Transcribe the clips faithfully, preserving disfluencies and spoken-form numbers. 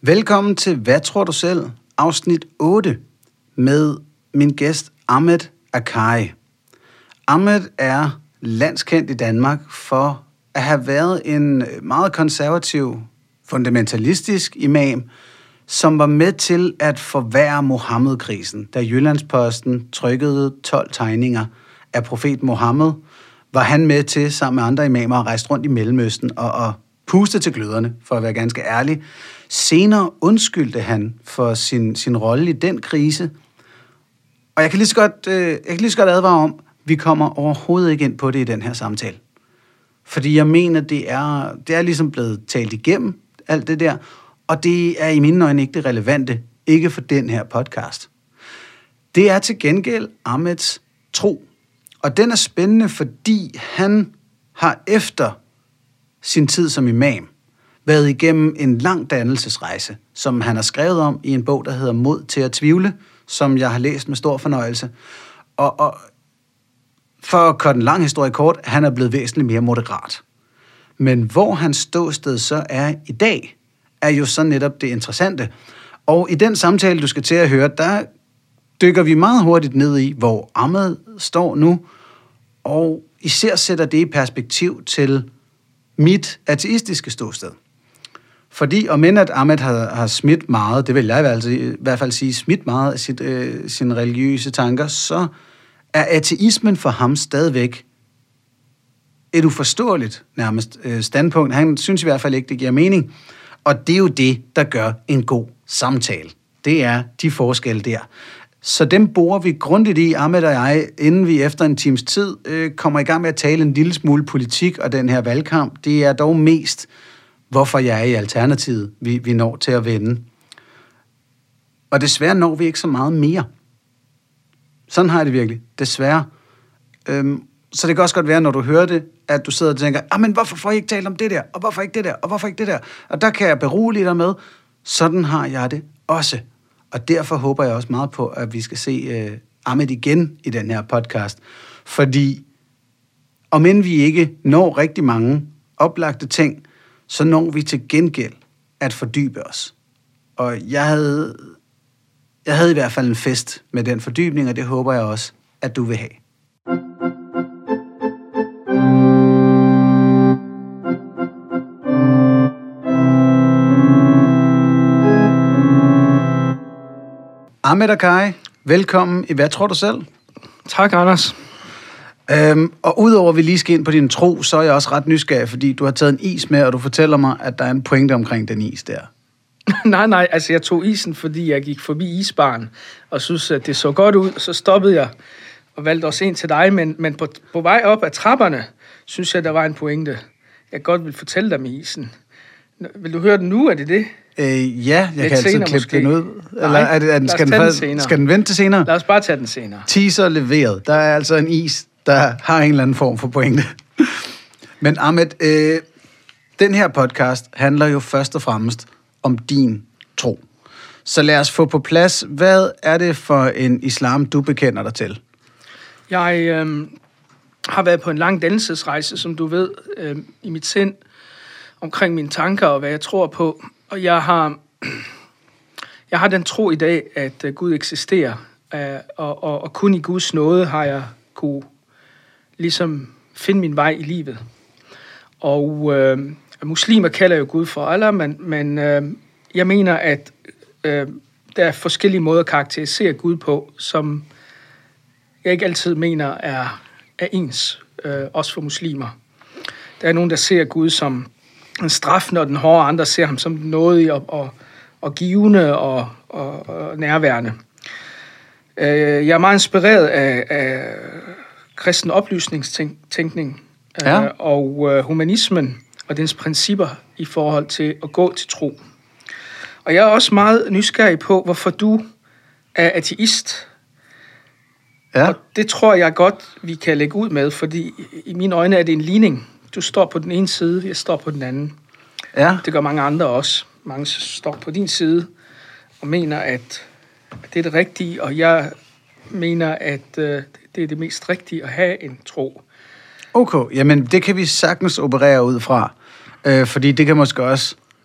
Velkommen til Hvad tror du selv? Afsnit otte med min gæst Ahmed Akkari. Ahmed er landskendt i Danmark for at have været en meget konservativ, fundamentalistisk imam, som var med til at forværre Mohammed-krisen. Da Jyllandsposten trykkede tolv tegninger af profet Mohammed, var han med til, sammen med andre imamer, at rejse rundt i Mellemøsten og, og puste til gløderne, for at være ganske ærlig. Senere undskyldte han for sin, sin rolle i den krise. Og jeg kan lige så godt, øh, jeg kan lige så godt advare om, vi kommer overhovedet ikke ind på det i den her samtale. Fordi jeg mener, det er, det er ligesom blevet talt igennem, alt det der, og det er i mine øjne ikke det relevante, ikke for den her podcast. Det er til gengæld Ahmeds tro. Og den er spændende, fordi han har efter sin tid som imam været igennem en lang dannelsesrejse, som han har skrevet om i en bog, der hedder Mod til at tvivle, som jeg har læst med stor fornøjelse. Og, og for at korte en lang historie kort, han er blevet væsentligt mere moderat. Men hvor hans ståsted så er i dag, er jo så netop det interessante. Og i den samtale, du skal til at høre, der dykker vi meget hurtigt ned i, hvor Ahmed står nu, og især sætter det i perspektiv til mit ateistiske ståsted. Fordi, om end at Ahmed har, har smidt meget, det vil jeg altså, i hvert fald sige, smidt meget af sit, øh, sine religiøse tanker, så er ateismen for ham stadigvæk et uforståeligt nærmest øh, standpunkt. Han synes i hvert fald ikke, det giver mening. Og det er jo det, der gør en god samtale. Det er de forskelle der. Så dem borer vi grundigt i, Ahmed og jeg, inden vi efter en times tid øh, kommer i gang med at tale en lille smule politik og den her valgkamp. Det er dog mest, hvorfor jeg er i Alternativet, vi, vi når til at vende. Og desværre når vi ikke så meget mere. Sådan har jeg det virkelig. Desværre. Øhm, så det kan også godt være, når du hører det, at du sidder og tænker, ah, men hvorfor får I ikke talt om det der, og hvorfor ikke det der, og hvorfor ikke det der? Og der kan jeg berolige dig med, sådan har jeg det også. Og derfor håber jeg også meget på, at vi skal se uh, Ahmed igen i den her podcast. Fordi om end vi ikke når rigtig mange oplagte ting, så når vi til gengæld at fordybe os. Og jeg havde, jeg havde i hvert fald en fest med den fordybning, og det håber jeg også, at du vil have. Ahmed Akkari, velkommen i Hvad tror du selv? Tak, Anders. Øhm, og udover at vi lige skal ind på din tro, så er jeg også ret nysgerrig, fordi du har taget en is med, og du fortæller mig, at der er en pointe omkring den is der. nej, nej, altså jeg tog isen, fordi jeg gik forbi isbaren, og synes, at det så godt ud, så stoppede jeg og valgte også en til dig, men, men på, på vej op ad trapperne, synes jeg, der var en pointe, jeg godt vil fortælle dig med isen. Vil du høre den nu, er det det? Øh, ja, jeg Lidt kan altid klippe måske. den ud. Eller Nej, er det, er den, skal, den, den skal den vente til senere? Lad os bare tage den senere. Teaser leveret. Der er altså en is, der har en eller anden form for pointe. Men Ahmed, øh, den her podcast handler jo først og fremmest om din tro. Så lad os få på plads, hvad er det for en islam, du bekender dig til? Jeg øh, har været på en lang dannelsesrejse, som du ved, øh, i mit sind, omkring mine tanker og hvad jeg tror på. Og jeg har, jeg har den tro i dag, at Gud eksisterer, og, og, og kun i Guds nåde har jeg kunne ligesom finde min vej i livet. Og øh, muslimer kalder jo Gud for Allah, men, men øh, jeg mener, at øh, der er forskellige måder at karakterisere Gud på, som jeg ikke altid mener er, er ens, øh, også for muslimer. Der er nogen, der ser Gud som en straf, når den hårde, andre ser ham som nådig og, og, og givende og, og, og nærværende. Jeg er meget inspireret af, af kristen oplysningstænkning ja. og humanismen og dens principper i forhold til at gå til tro. Og jeg er også meget nysgerrig på, hvorfor du er ateist. Ja. Og det tror jeg godt, vi kan lægge ud med, fordi i mine øjne er det en ligning. Du står på den ene side, jeg står på den anden. Ja. Det gør mange andre også. Mange står på din side og mener, at det er det rigtige, og jeg mener, at øh, det er det mest rigtige at have en tro. Okay, jamen det kan vi sagtens operere ud fra, øh, fordi det kan måske også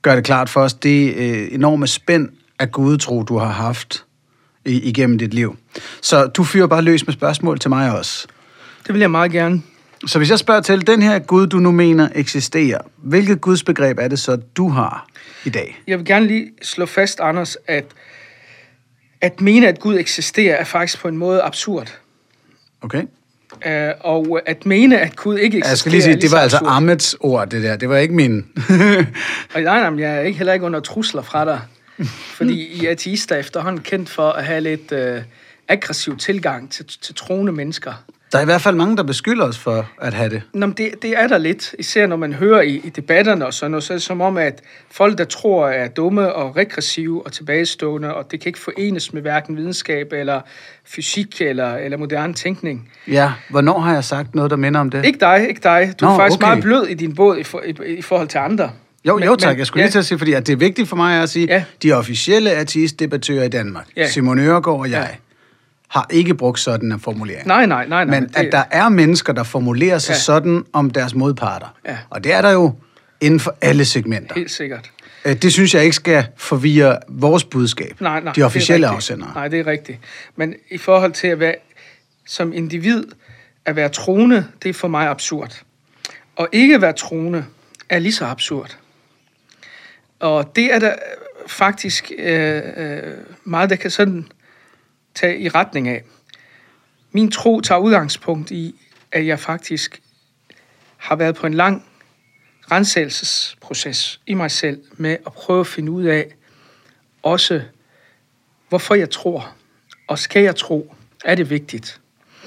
gør det klart for os, det øh, enorme spænd af gudetro, du har haft i, igennem dit liv. Så du fyrer bare løs med spørgsmål til mig også. Det vil jeg meget gerne. Så hvis jeg spørger til, den her Gud, du nu mener eksisterer, hvilket gudsbegreb er det så, du har i dag? Jeg vil gerne lige slå fast, Anders, at at mene, at Gud eksisterer, er faktisk på en måde absurd. Okay. Uh, og at mene, at Gud ikke eksisterer, jeg skal lige sige, det var altså Ahmeds ord, det der. Det var ikke min. Og nej, nej, jeg er ikke heller ikke under trusler fra dig. Fordi I ateister efterhånden kendt for at have lidt uh, aggressiv tilgang til, til troende mennesker. Der er i hvert fald mange, der beskylder os for at have det. Nå, men det, det er der lidt. Især når man hører i, i debatterne og sådan noget, så er det som om, at folk, der tror, er dumme og regressive og tilbagestående, og det kan ikke forenes med hverken videnskab eller fysik eller, eller moderne tænkning. Ja, hvornår har jeg sagt noget, der minder om det? Ikke dig, ikke dig. Du Nå, er faktisk okay. meget blød i din båd i, for, i, i forhold til andre. Jo, men, jo tak. Jeg skulle men, lige til at sige, fordi at det er vigtigt for mig at sige, ja. De officielle ateistdebattører i Danmark, ja. Simon Øregaard og jeg, ja. har ikke brugt sådan en formulering. Nej, nej, nej. nej men det... at der er mennesker, der formulerer sig ja. sådan om deres modparter. Ja. Og det er der jo inden for alle segmenter. Helt sikkert. Det synes jeg ikke skal forvirre vores budskab. Nej, nej. De officielle afsendere. Nej, det er rigtigt. Men i forhold til at være som individ, at være troende, det er for mig absurd. Og ikke at være troende er lige så absurd. Og det er der faktisk øh, øh, meget, der kan sådan tage i retning af. Min tro tager udgangspunkt i, at jeg faktisk har været på en lang rensagelsesproces i mig selv med at prøve at finde ud af også, hvorfor jeg tror, og skal jeg tro, er det vigtigt.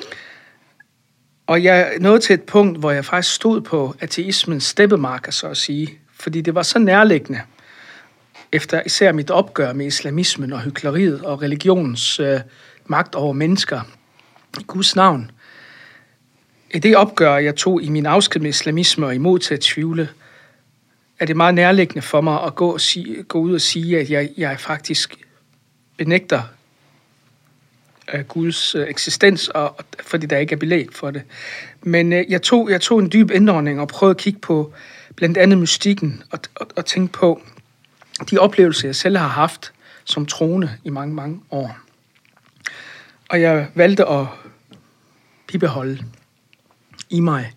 Og jeg nåede til et punkt, hvor jeg faktisk stod på ateismens steppemarker, så at sige, fordi det var så nærliggende, efter især mit opgør med islamismen og hykleriet og religionens øh, magt over mennesker i Guds navn. I det opgør, jeg tog i min afsked med islamisme og imod til at tvivle, er det meget nærliggende for mig at gå, og sige, gå ud og sige, at jeg, jeg faktisk benægter øh, Guds øh, eksistens, og, fordi der ikke er belæg for det. Men øh, jeg, tog, jeg tog en dyb indånding og prøvede at kigge på blandt andet mystikken og, og, og tænke på de oplevelser, jeg selv har haft som troende i mange, mange år. Og jeg valgte at bibeholde i mig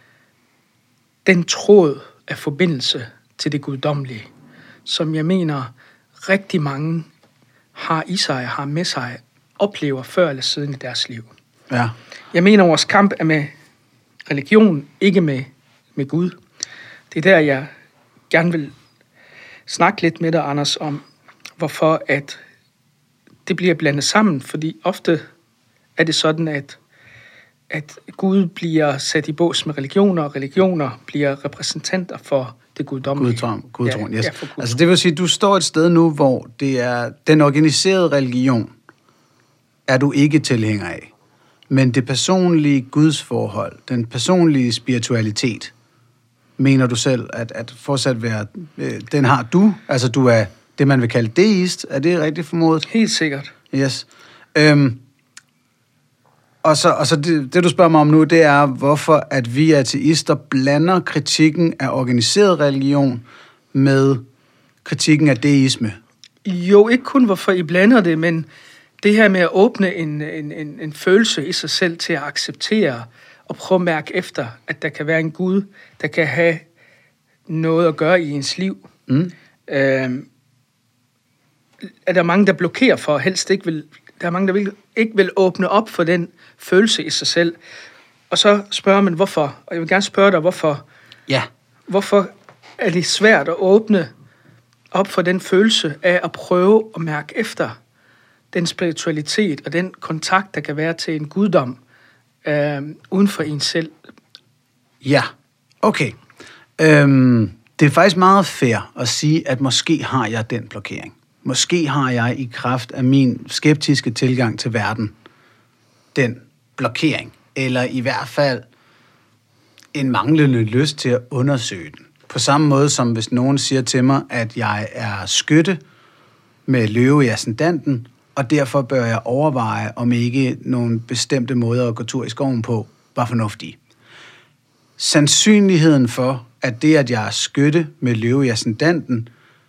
den tråd af forbindelse til det guddommelige, som jeg mener rigtig mange har i sig, har med sig, oplever før eller siden i deres liv. Ja. Jeg mener, vores kamp er med religion, ikke med, med Gud. Det er der, jeg gerne vil snakke lidt med dig, Anders, om hvorfor at det bliver blandet sammen, fordi ofte er det sådan, at, at Gud bliver sat i bås med religioner, og religioner bliver repræsentanter for det guddommelige. Gudtron, Gudtron, ja, yes. Ja, Gudtron. Altså det vil sige, at du står et sted nu, hvor det er den organiserede religion, er du ikke tilhænger af. Men det personlige gudsforhold, den personlige spiritualitet, mener du selv, at, at fortsat være, øh, den har du, altså du er det, man vil kalde deist, er det rigtigt formodet? Helt sikkert. Yes. Øhm, og så, og så det, det, du spørger mig om nu, det er, hvorfor at vi ateister blander kritikken af organiseret religion med kritikken af deisme. Jo, ikke kun hvorfor I blander det, men det her med at åbne en, en, en, en følelse i sig selv til at acceptere og prøve at mærke efter, at der kan være en Gud, der kan have noget at gøre i ens liv. Mm. Øhm, er der mange, der blokerer for, helst ikke vil, der er mange, der vil, ikke vil åbne op for den følelse i sig selv. Og så spørger man, hvorfor? Og jeg vil gerne spørge dig, hvorfor? Ja. Hvorfor er det svært at åbne op for den følelse af at prøve at mærke efter den spiritualitet og den kontakt, der kan være til en guddom øh, uden for en selv? Ja, okay. Øhm, det er faktisk meget fair at sige, at måske har jeg den blokering. Måske har jeg i kraft af min skeptiske tilgang til verden den blokering, eller i hvert fald en manglende lyst til at undersøge den. På samme måde som hvis nogen siger til mig, at jeg er skytte med løve i ascendanten, og derfor bør jeg overveje, om ikke nogle bestemte måder at gå tur i skoven på var fornuftige. Sandsynligheden for, at det, at jeg er skytte med løve i ascendanten,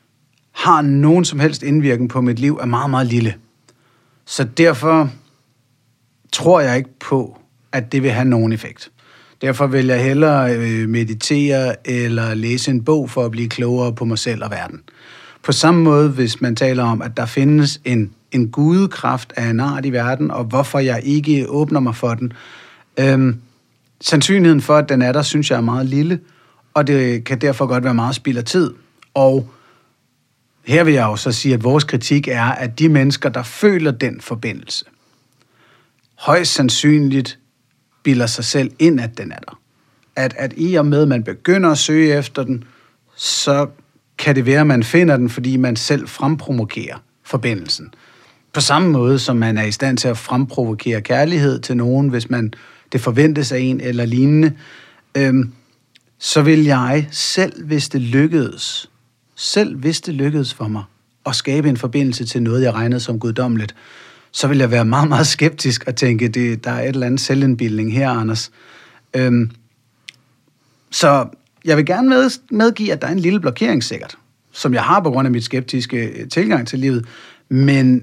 har nogen som helst indvirkning på mit liv, er meget, meget lille. Så derfor tror jeg ikke på, at det vil have nogen effekt. Derfor vil jeg hellere meditere eller læse en bog for at blive klogere på mig selv og verden. På samme måde, hvis man taler om, at der findes en, en gudekraft af en art i verden, og hvorfor jeg ikke åbner mig for den. Øhm, sandsynligheden for, at den er der, synes jeg er meget lille, og det kan derfor godt være meget spild af tid. Og her vil jeg jo så sige, at vores kritik er, at de mennesker, der føler den forbindelse, højst sandsynligt bilder sig selv ind, at den er der. At, at i og med, at man begynder at søge efter den, så kan det være, at man finder den, fordi man selv fremprovokerer forbindelsen. På samme måde, som man er i stand til at fremprovokere kærlighed til nogen, hvis man det forventes af en eller lignende, øhm, så vil jeg selv, hvis det lykkedes, selv hvis det lykkedes for mig at skabe en forbindelse til noget, jeg regnede som guddommeligt, så vil jeg være meget, meget skeptisk og tænke, det, der er et eller andet selvindbildning her, Anders. Øhm, så jeg vil gerne med, medgive, at der er en lille blokering sikkert, som jeg har på grund af mit skeptiske tilgang til livet, men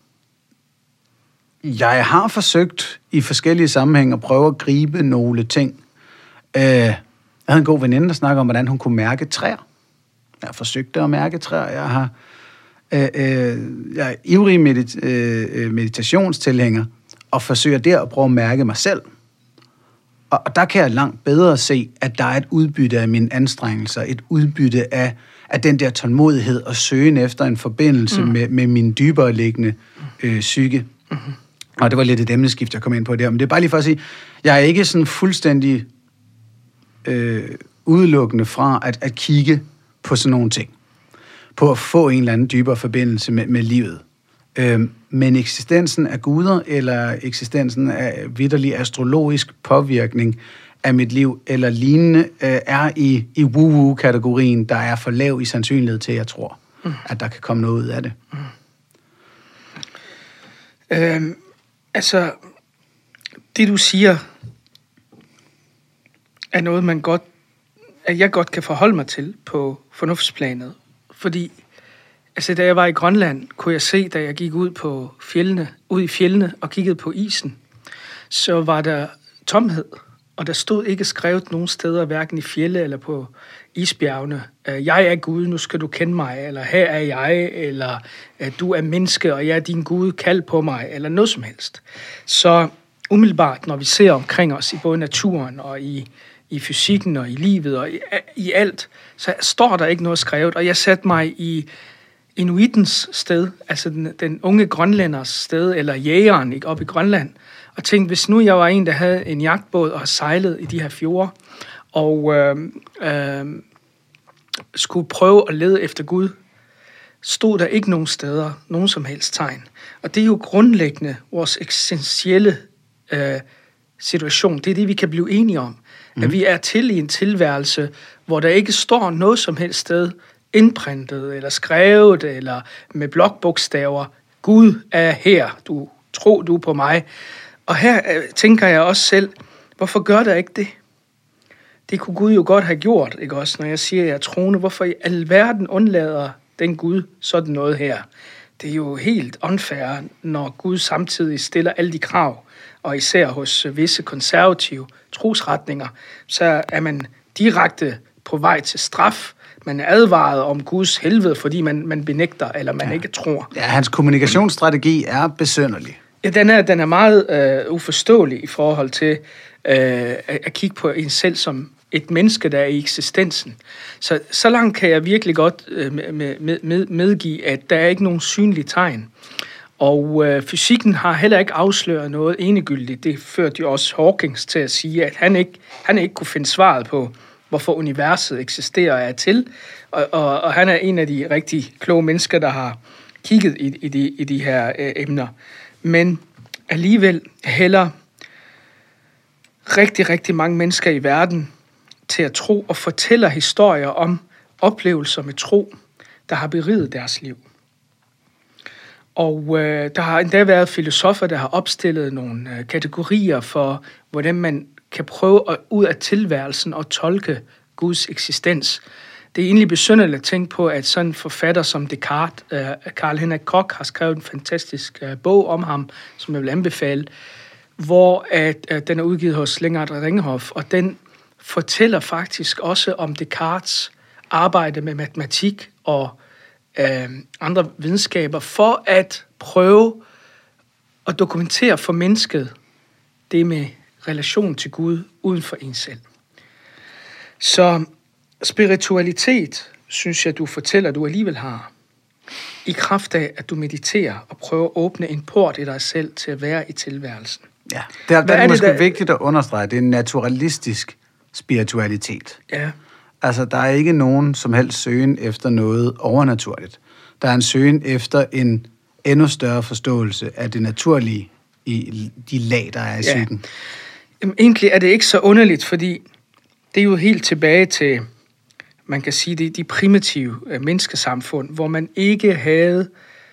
jeg har forsøgt i forskellige sammenhænge at prøve at gribe nogle ting. Øh, jeg havde en god veninde, der snakkede om, hvordan hun kunne mærke træer. Jeg har forsøgt at mærke træer. Jeg har øh, øh, jeg er ivrig medit- øh, meditationstilhænger og forsøger der at prøve at mærke mig selv. Og, og der kan jeg langt bedre se, at der er et udbytte af mine anstrengelser, et udbytte af, af den der tålmodighed og søgen efter en forbindelse mm. med, med min dybere liggende øh, psyke. Mm-hmm. Og det var lidt et emneskift, jeg kom ind på der. Men det er bare lige for at sige, jeg er ikke sådan fuldstændig øh, udelukkende fra at, at kigge på sådan nogle ting. På at få en eller anden dybere forbindelse med, med livet. Øh, men eksistensen af guder, eller eksistensen af vitterlig astrologisk påvirkning af mit liv, eller lignende, øh, er i, i woo-woo-kategorien, der er for lav i sandsynlighed til, jeg tror, mm. at der kan komme noget ud af det. Mm. Øhm, altså, det du siger, er noget, man godt, at jeg godt kan forholde mig til på fornuftsplanet. Fordi, altså, da jeg var i Grønland, kunne jeg se, da jeg gik ud på fjellene, ud i fjellene og kiggede på isen, så var der tomhed, og der stod ikke skrevet nogen steder, hverken i fjelle eller på isbjergene. Jeg er Gud, nu skal du kende mig, eller her er jeg, eller du er menneske, og jeg er din Gud, kald på mig, eller noget som helst. Så umiddelbart, når vi ser omkring os i både naturen og i, i fysikken og i livet og i, i alt, så står der ikke noget skrevet. Og jeg satte mig i inuitens sted, altså den, den unge grønlænders sted, eller jægeren ikke, op i Grønland, og tænkte, hvis nu jeg var en, der havde en jagtbåd og sejlet i de her fjorde, og øh, øh, skulle prøve at lede efter Gud, stod der ikke nogen steder, nogen som helst tegn. Og det er jo grundlæggende vores eksistentielle øh, situation. Det er det, vi kan blive enige om. Mm. At vi er til i en tilværelse, hvor der ikke står noget som helst sted indprintet, eller skrevet, eller med blokbogstaver. Gud er her, du tro du på mig. Og her øh, tænker jeg også selv, hvorfor gør der ikke det? Det kunne Gud jo godt have gjort, ikke også, når jeg siger, at jeg er troende. Hvorfor i alverden undlader den Gud sådan noget her? Det er jo helt unfair, når Gud samtidig stiller alle de krav, og især hos visse konservative trosretninger, så er man direkte på vej til straf. Man er advaret om Guds helvede, fordi man, man benægter, eller man ja. ikke tror. Ja, hans kommunikationsstrategi er besynderlig. Ja, den er, den er meget øh, uforståelig i forhold til øh, at kigge på en selv som et menneske, der er i eksistensen. Så, så langt kan jeg virkelig godt øh, med, med, medgive, at der er ikke nogen synlige tegn. Og øh, fysikken har heller ikke afsløret noget enegyldigt. Det førte jo også Hawkins til at sige, at han ikke, han ikke kunne finde svaret på, hvorfor universet eksisterer og er til. Og, og, og han er en af de rigtig kloge mennesker, der har kigget i, i, de, i de her øh, emner. Men alligevel hælder rigtig, rigtig mange mennesker i verden til at tro og fortæller historier om oplevelser med tro, der har beriget deres liv. Og øh, der har endda været filosofer, der har opstillet nogle øh, kategorier for, hvordan man kan prøve at, ud af tilværelsen og tolke Guds eksistens. det er egentlig besynderligt at tænke på, at sådan en forfatter som Descartes, uh, Karl Henrik Koch, har skrevet en fantastisk uh, bog om ham, som jeg vil anbefale, hvor at, uh, den er udgivet hos Lingard og Ringhof, og den fortæller faktisk også om Descartes' arbejde med matematik og uh, andre videnskaber, for at prøve at dokumentere for mennesket det med relation til Gud uden for en selv. Så spiritualitet, synes jeg, du fortæller, du alligevel har, i kraft af, at du mediterer og prøver at åbne en port i dig selv til at være i tilværelsen. Ja, det er, det er, er måske det, der... vigtigt at understrege, det er en naturalistisk spiritualitet. Ja. Altså, der er ikke nogen som helst søgen efter noget overnaturligt. Der er en søgen efter en endnu større forståelse af det naturlige i de lag, der er i ja. psyken. Jamen, egentlig er det ikke så underligt, fordi det er jo helt tilbage til, man kan sige, det de primitive uh, menneskesamfund, hvor man ikke havde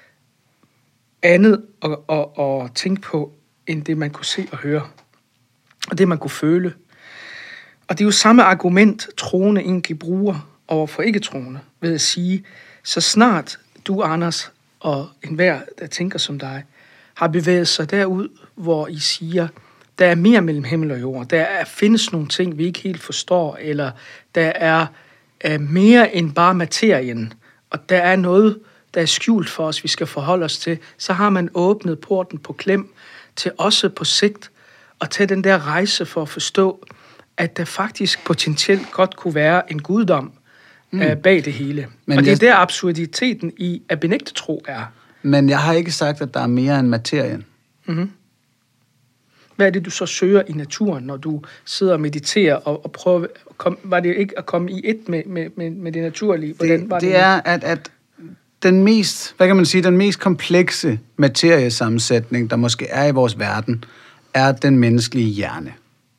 andet at, at, at tænke på, end det man kunne se og høre, og det man kunne føle. Og det er jo samme argument, troende egentlig bruger over for ikke-troende, ved at sige, så snart du, Anders, og enhver, der tænker som dig, har bevæget sig derud, hvor I siger, der er mere mellem himmel og jord. Der er, findes nogle ting, vi ikke helt forstår, eller der er, er mere end bare materien, og der er noget, der er skjult for os, vi skal forholde os til. Så har man åbnet porten på klem til også på sigt at tage den der rejse for at forstå, at der faktisk potentielt godt kunne være en guddom mm. uh, bag det hele. Men og det er jeg... der absurditeten i at benægte tro er. Men jeg har ikke sagt, at der er mere end materien. Mm-hmm. Hvad er det, du så søger i naturen, når du sidder og mediterer og, og prøver at komme, var det ikke at komme i et med, med, med, med det naturlige? Det, var det, det er, at, at den mest, hvad kan man sige, den mest komplekse materiesammensætning, der måske er i vores verden, er den menneskelige hjerne.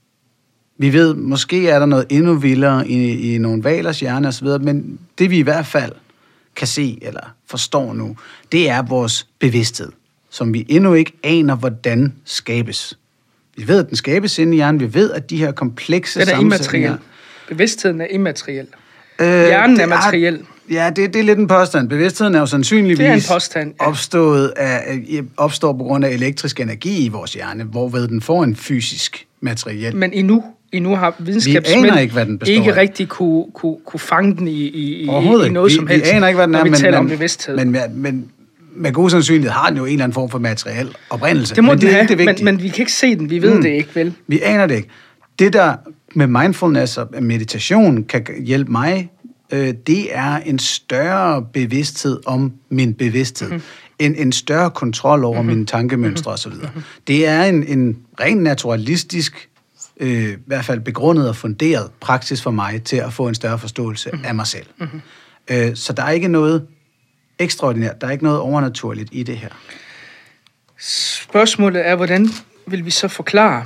Vi ved, måske er der noget endnu vildere i, i nogle valers hjerne osv., men det vi i hvert fald kan se eller forstår nu, det er vores bevidsthed, som vi endnu ikke aner, hvordan skabes. Vi ved, at den skabes inde i hjernen. Vi ved, at de her komplekse den er sammensætninger... immateriel. Bevidstheden er immateriel. Øh, Hjernen er materiel. Ja, det, det er lidt en påstand. Bevidstheden er jo sandsynligvis det er en påstand, ja. opstået af, opstår på grund af elektrisk energi i vores hjerne, hvorved den får en fysisk materiel. Men endnu, endnu har videnskabsmænd ikke, ikke rigtig kunne, kunne, kunne fange den i, i, i noget vi, som helst, vi aner ikke, hvad den er, når vi men, taler men, om bevidsthed. Men, men, men med god sandsynlighed har den jo en eller anden form for materiel oprindelse. Det må men den det er have, ikke det men, men vi kan ikke se den. Vi ved mm. det ikke, vel? Vi aner det ikke. Det, der med mindfulness og meditation kan hjælpe mig, øh, det er en større bevidsthed om min bevidsthed. Mm. En, en større kontrol over mm-hmm. mine tankemønstre osv. Mm-hmm. Det er en, en ren naturalistisk, øh, i hvert fald begrundet og funderet praksis for mig til at få en større forståelse mm-hmm. af mig selv. Mm-hmm. Øh, så der er ikke noget ekstraordinært, der er ikke noget overnaturligt i det her. Spørgsmålet er, hvordan vil vi så forklare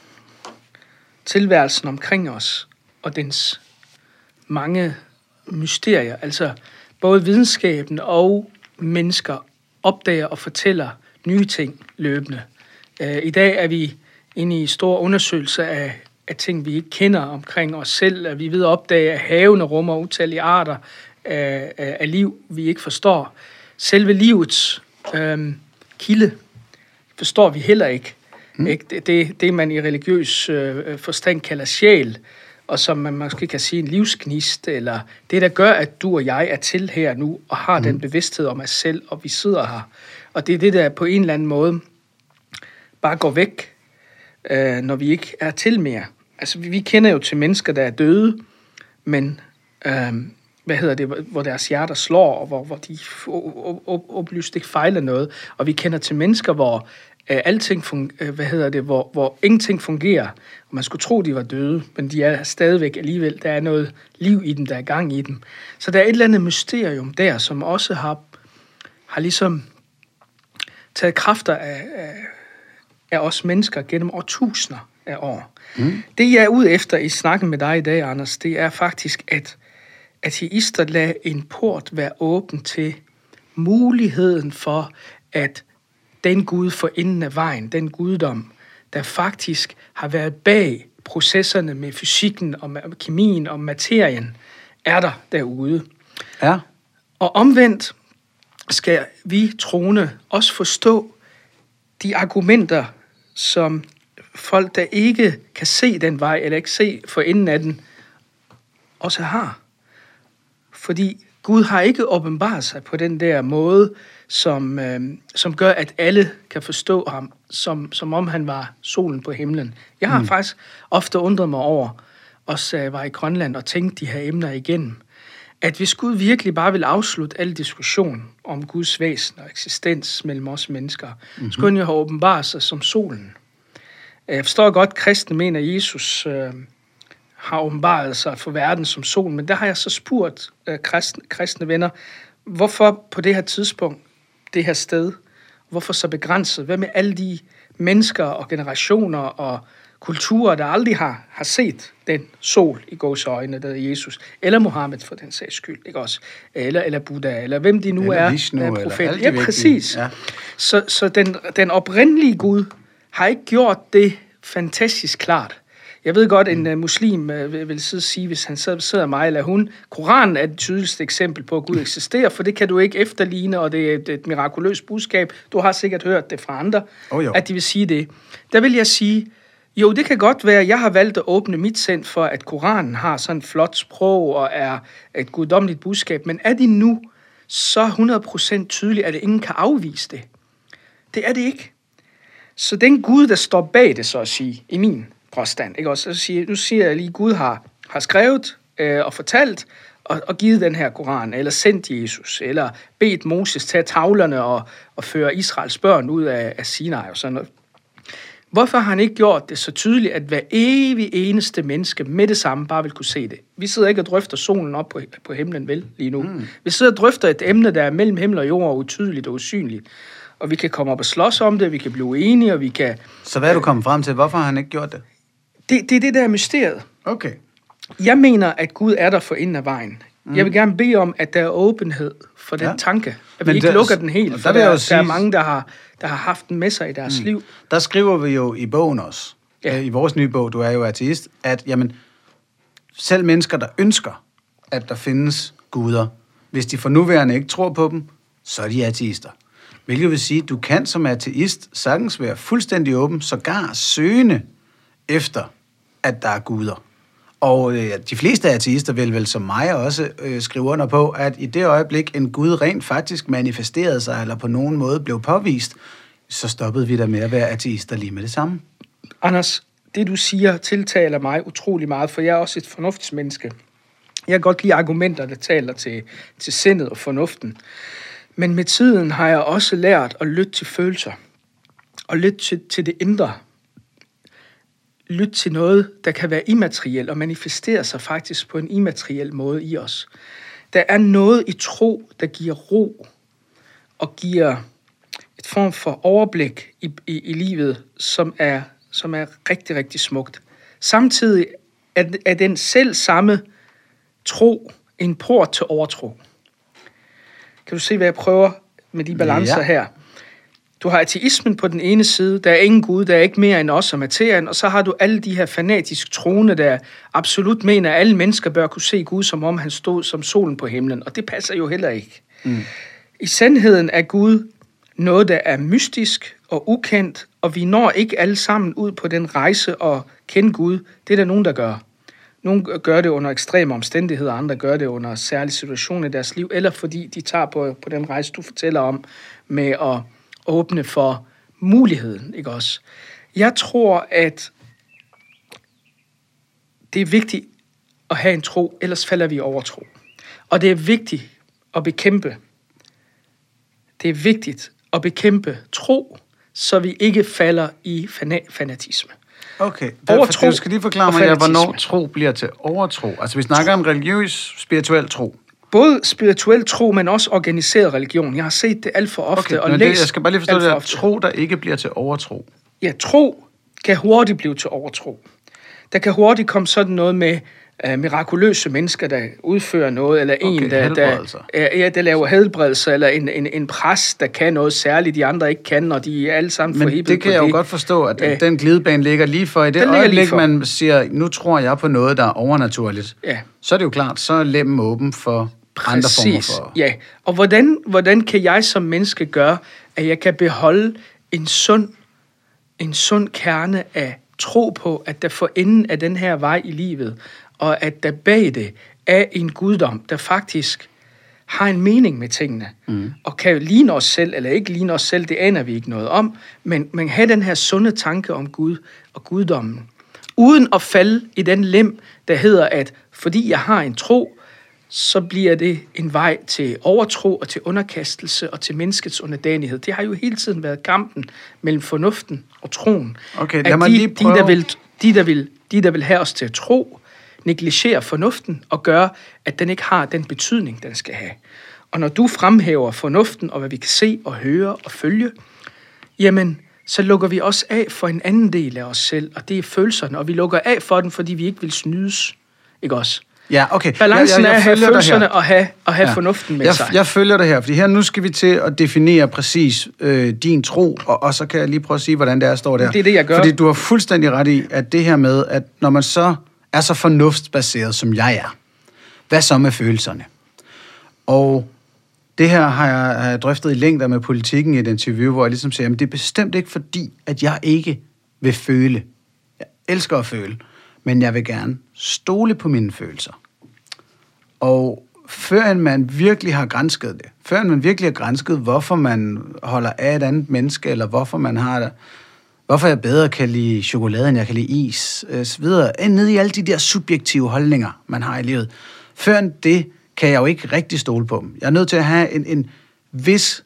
tilværelsen omkring os og dens mange mysterier? Altså både videnskaben og mennesker opdager og fortæller nye ting løbende. I dag er vi inde i store undersøgelser af, af ting, vi ikke kender omkring os selv. Vi ved at opdage, at havene rummer utallige arter af, af, af liv, vi ikke forstår. Selve livets øh, kilde forstår vi heller ikke. Mm. ikke? Det, det, det, man i religiøs øh, forstand kalder sjæl, og som man måske kan sige en livsgnist, eller det, der gør, at du og jeg er til her nu, og har mm. den bevidsthed om os selv, og vi sidder her. Og det er det, der på en eller anden måde bare går væk, øh, når vi ikke er til mere. Altså, vi, vi kender jo til mennesker, der er døde, men øh, hvad hedder det, hvor deres hjerter slår, og hvor, hvor de oplyst ikke fejler noget. Og vi kender til mennesker, hvor øh, alting fun- øh, hvad hedder det, hvor, hvor ingenting fungerer. Og man skulle tro, de var døde, men de er stadigvæk alligevel. Der er noget liv i dem, der er gang i dem. Så der er et eller andet mysterium der, som også har, har ligesom taget kræfter af, af, af os mennesker gennem årtusinder af år. Mm. Det, jeg er ude efter i snakken med dig i dag, Anders, det er faktisk, at ateister lader en port være åben til muligheden for, at den Gud for enden af vejen, den guddom, der faktisk har været bag processerne med fysikken og kemien og materien, er der derude. Ja. Og omvendt skal vi troende også forstå de argumenter, som folk, der ikke kan se den vej, eller ikke se for enden af den, også har. Fordi Gud har ikke åbenbaret sig på den der måde, som, øh, som gør, at alle kan forstå ham, som, som om han var solen på himlen. Jeg har mm. faktisk ofte undret mig over, også da jeg var i Grønland og tænkte de her emner igennem, at hvis Gud virkelig bare vil afslutte al diskussion om Guds væsen og eksistens mellem os mennesker, mm-hmm. skulle han jo have åbenbaret sig som solen. Jeg forstår godt, at kristne mener, at Jesus øh, har åbenbaret sig for verden som solen, men der har jeg så spurgt øh, kristne, kristne venner, hvorfor på det her tidspunkt, det her sted, hvorfor så begrænset? Hvad med alle de mennesker og generationer og kulturer, der aldrig har, har set den sol i gåseøjne, der er Jesus, eller Mohammed for den sags skyld, ikke også? Eller, eller Buddha, eller hvem de nu eller er, Vishnu, er profet. Eller ja, præcis. Ja. Så, så den, den oprindelige Gud har ikke gjort det fantastisk klart. Jeg ved godt, en uh, muslim uh, vil, vil sige, hvis han sidder, sidder mig eller hun, Koranen er det tydeligste eksempel på, at Gud eksisterer, for det kan du ikke efterligne, og det er et, et mirakuløst budskab. Du har sikkert hørt det fra andre, oh, at de vil sige det. Der vil jeg sige, jo, det kan godt være, at jeg har valgt at åbne mit sind for, at Koranen har sådan et flot sprog og er et guddommeligt budskab, men er det nu så hundrede procent tydeligt, at ingen kan afvise det? Det er det ikke. Så den Gud, der står bag det, så at sige, i min påstand, ikke også? Så siger, nu siger jeg lige, at Gud har, har skrevet øh, og fortalt og, og givet den her Koran, eller sendt Jesus, eller bedt Moses tage tavlerne og, og føre Israels børn ud af, af Sinai og sådan noget. Hvorfor har han ikke gjort det så tydeligt, at hver evig eneste menneske med det samme bare vil kunne se det? Vi sidder ikke og drøfter solen op på, på himlen vel lige nu. Mm. Vi sidder og drøfter et emne, der er mellem himmel og jord, utydeligt og usynligt. Og vi kan komme op og slås om det, vi kan blive enige, og vi kan... Så hvad er du kommet frem til? Hvorfor har han ikke gjort det? Det, det er det, der er mysteriet. Okay. Jeg mener, at Gud er der for enden af vejen. Mm. Jeg vil gerne bede om, at der er åbenhed for den ja. tanke. At vi Men ikke der, lukker den helt, for der, der, sige, der er mange, der har, der har haft den med sig i deres mm. liv. Der skriver vi jo i bogen også, ja. i vores nye bog, du er jo ateist, at jamen, selv mennesker, der ønsker, at der findes guder, hvis de for nuværende ikke tror på dem, så er de ateister. Hvilket vil sige, at du kan som ateist sagtens være fuldstændig åben, sågar søgende efter, at der er guder. Og øh, de fleste ateister vil vel som mig også øh, skrive under på, at i det øjeblik, en Gud rent faktisk manifesterede sig, eller på nogen måde blev påvist, så stoppede vi der med at være ateister lige med det samme. Anders, det du siger tiltaler mig utrolig meget, for jeg er også et fornuftsmenneske. Jeg kan godt lide argumenter, der taler til, til sindet og fornuften. Men med tiden har jeg også lært at lytte til følelser, og lytte til, til det indre. Lytte til noget, der kan være immaterielt og manifestere sig faktisk på en immateriel måde i os. Der er noget i tro, der giver ro og giver et form for overblik i, i, i livet, som er, som er rigtig, rigtig smukt. Samtidig er, er den selv samme tro en port til overtro. Kan du se, hvad jeg prøver med de balancer ja. her? Du har ateismen på den ene side, der er ingen Gud, der er ikke mere end os og materien, og så har du alle de her fanatisk troende, der absolut mener, at alle mennesker bør kunne se Gud, som om han stod som solen på himlen, og det passer jo heller ikke. Mm. I sandheden er Gud noget, der er mystisk og ukendt, og vi når ikke alle sammen ud på den rejse og kende Gud. Det er der nogen, der gør. Nogle gør det under ekstreme omstændigheder, andre gør det under særlige situationer i deres liv, eller fordi de tager på, på den rejse, du fortæller om, med at åbne for muligheden, ikke også? Jeg tror, at det er vigtigt at have en tro, ellers falder vi over tro. Og det er vigtigt at bekæmpe. Det er vigtigt at bekæmpe tro, så vi ikke falder i fanatisme. Okay, derfor, du skal lige forklare mig, hvornår tro bliver til overtro. Altså, vi snakker tro. om religiøs, spirituel tro. Både spirituel tro, men også organiseret religion. Jeg har set det alt for ofte. Okay, og læst det, jeg skal bare lige forstå det der. Tro, der ikke bliver til overtro. Ja, tro kan hurtigt blive til overtro. Der kan hurtigt komme sådan noget med, uh, mirakuløse mennesker, der udfører noget, eller en, okay, der, der, ja, der laver helbredelse, eller en, en, en præst, der kan noget særligt, de andre ikke kan, og de er alle sammen Men forhippet det kan på jeg det. jo godt forstå, at Ja. den glidebane ligger lige for. I det Den ligger lige øjeblik, for. man siger, nu tror jeg på noget, der er overnaturligt, Ja. så er det jo klart, så er lemmen åben for andre former Præcis, for... ja. Og hvordan, hvordan kan jeg som menneske gøre, at jeg kan beholde en sund, en sund kerne af tro på, at der for enden af den her vej i livet, og at der bag det er en guddom, der faktisk har en mening med tingene, mm. og kan ligne os selv, eller ikke ligne os selv, det aner vi ikke noget om, men, men have den her sunde tanke om Gud og guddommen, uden at falde i den lem, der hedder, at fordi jeg har en tro, så bliver det en vej til overtro og til underkastelse og til menneskets underdanighed. Det har jo hele tiden været kampen mellem fornuften og troen. Okay, at lad mig de, lige prøve... de, der vil, de, der vil, de, der vil have os til at tro, negligerer fornuften og gør, at den ikke har den betydning, den skal have. Og når du fremhæver fornuften og hvad vi kan se og høre og følge, jamen, så lukker vi også af for en anden del af os selv, og det er følelserne, og vi lukker af for den, fordi vi ikke vil snydes, ikke også? Ja, okay. Balancen jeg, jeg, jeg er at have følger dig her. følelserne og have, og have Ja. fornuften med jeg, sig. Jeg følger det her, fordi her nu skal vi til at definere præcis øh, din tro, og, og så kan jeg lige prøve at sige, hvordan det er, står der. Det er det, jeg gør. Fordi du har fuldstændig ret i, at det her med, at når man så er så fornuftsbaseret, som jeg er, hvad så med følelserne? Og det her har jeg, har jeg drøftet i længder med Politikken i et interview, hvor jeg ligesom siger, at det er bestemt ikke fordi, at jeg ikke vil føle. Jeg elsker at føle, men jeg vil gerne stole på mine følelser. Og før man virkelig har gransket det, før man virkelig har gransket, hvorfor man holder af et andet menneske, eller hvorfor man har det, hvorfor jeg bedre kan lide chokolade, end jeg kan lide is, øh, så videre, end ned i alle de der subjektive holdninger, man har i livet. Før det kan jeg jo ikke rigtig stole på dem. Jeg er nødt til at have en, en vis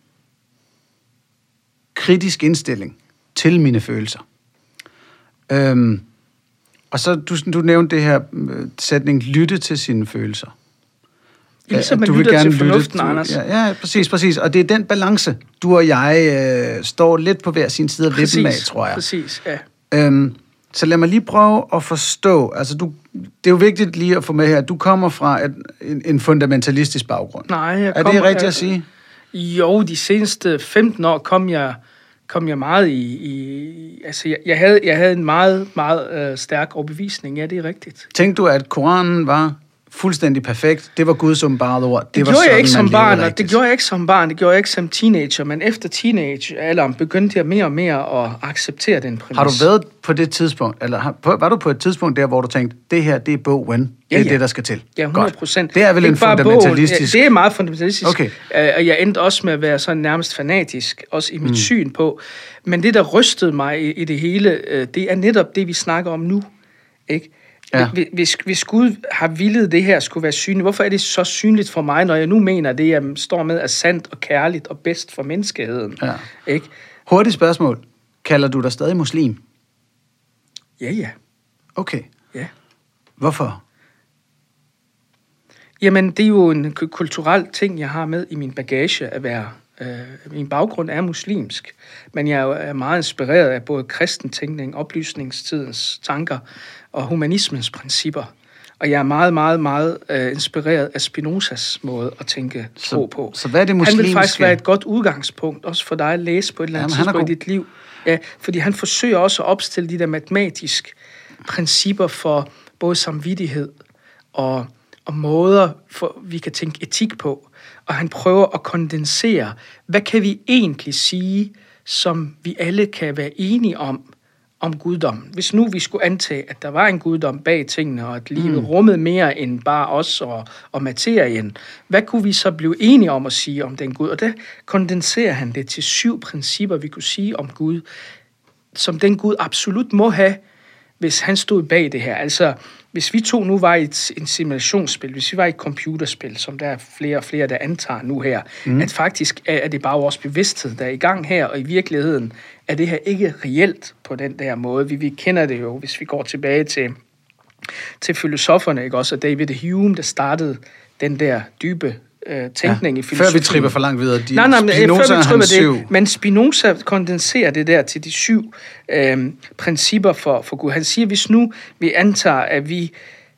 kritisk indstilling til mine følelser. Øhm, og så, du, du nævnte det her øh, sætning, lytte til sine følelser. Ligesom man du lytter til fornuften, til, Anders. Ja, ja, præcis, præcis. Og det er den balance, du og jeg øh, står lidt på hver sin side af vippen af, tror jeg. Præcis, ja. Øhm, så lad mig lige prøve at forstå, altså du, det er jo vigtigt lige at få med her, at du kommer fra et, en, en fundamentalistisk baggrund. Nej, jeg er kommer, det rigtigt jeg, at sige? Jo, de seneste femten år kom jeg, kom jeg meget i... i altså, jeg, jeg, havde, jeg havde en meget, meget øh, stærk overbevisning. Ja, det er rigtigt. Tænkte du, at Koranen var fuldstændig perfekt? Det var Guds åbenbarede ord. Det, Det var gjorde sådan, jeg ikke som man barn, levede og det rigtigt. gjorde jeg ikke som barn, det gjorde jeg ikke som teenager, men efter teenagealderen begyndte jeg mere og mere at acceptere den præmis. Har du været på det tidspunkt, eller har, på, var du på et tidspunkt der, hvor du tænkte, det her, det er bogen, det Ja, er ja. det, der skal til? Ja, hundrede procent. Det er vel en fundamentalistisk... Ja, det er meget fundamentalistisk. Okay. Øh, og jeg endte også med at være sådan nærmest fanatisk, også i mit mm. syn på. Men det, der rystede mig i, i det hele, øh, det er netop det, vi snakker om nu. Ikke? Ja. Hvis, hvis Gud har villet det her skulle være synligt, hvorfor er det så synligt for mig, når jeg nu mener, at det, jeg står med, er sandt og kærligt og bedst for menneskeheden? Ja. Ikke? Hurtigt spørgsmål. Kalder du dig stadig muslim? Ja, ja. Okay. ja. Hvorfor? Jamen, det er jo en k- kulturel ting, jeg har med i min bagage at være. Øh, min baggrund er muslimsk, men jeg er meget inspireret af både kristentænkning, oplysningstidens tanker og humanismens principper. Og jeg er meget, meget, meget øh, inspireret af Spinozas måde at tænke tro på. Så hvad er det muslimske? Han vil faktisk være et godt udgangspunkt, også for dig at læse på et eller andet Jamen, tidspunkt i dit liv. Ja, fordi han forsøger også at opstille de der matematiske principper for både samvittighed og, og måder, for, vi kan tænke etik på. Og han prøver at kondensere, hvad kan vi egentlig sige, som vi alle kan være enige om, om guddommen. Hvis nu vi skulle antage, at der var en guddom bag tingene, og at livet mm. rummede mere end bare os og, og materien, hvad kunne vi så blive enige om at sige om den Gud? Og der kondenserer han det til syv principper, vi kunne sige om Gud, som den Gud absolut må have, hvis han stod bag det her. Altså, hvis vi to nu var i et en simulationsspil, hvis vi var i et computerspil, som der er flere og flere, der antager nu her, mm. at faktisk er, er det bare vores bevidsthed, der er i gang her, og i virkeligheden er det her ikke reelt på den der måde. Vi, vi kender det jo, hvis vi går tilbage til, til filosoferne, ikke også? Og David Hume, der startede den der dybe øh, tænkning ja, i filosofien. Før vi tripper for langt videre. De, nej, nej, men Spinoza før vi tripper det, syv. men Spinoza kondenserer det der til de syv øh, principper for, for Gud. Han siger, hvis nu vi antager, at vi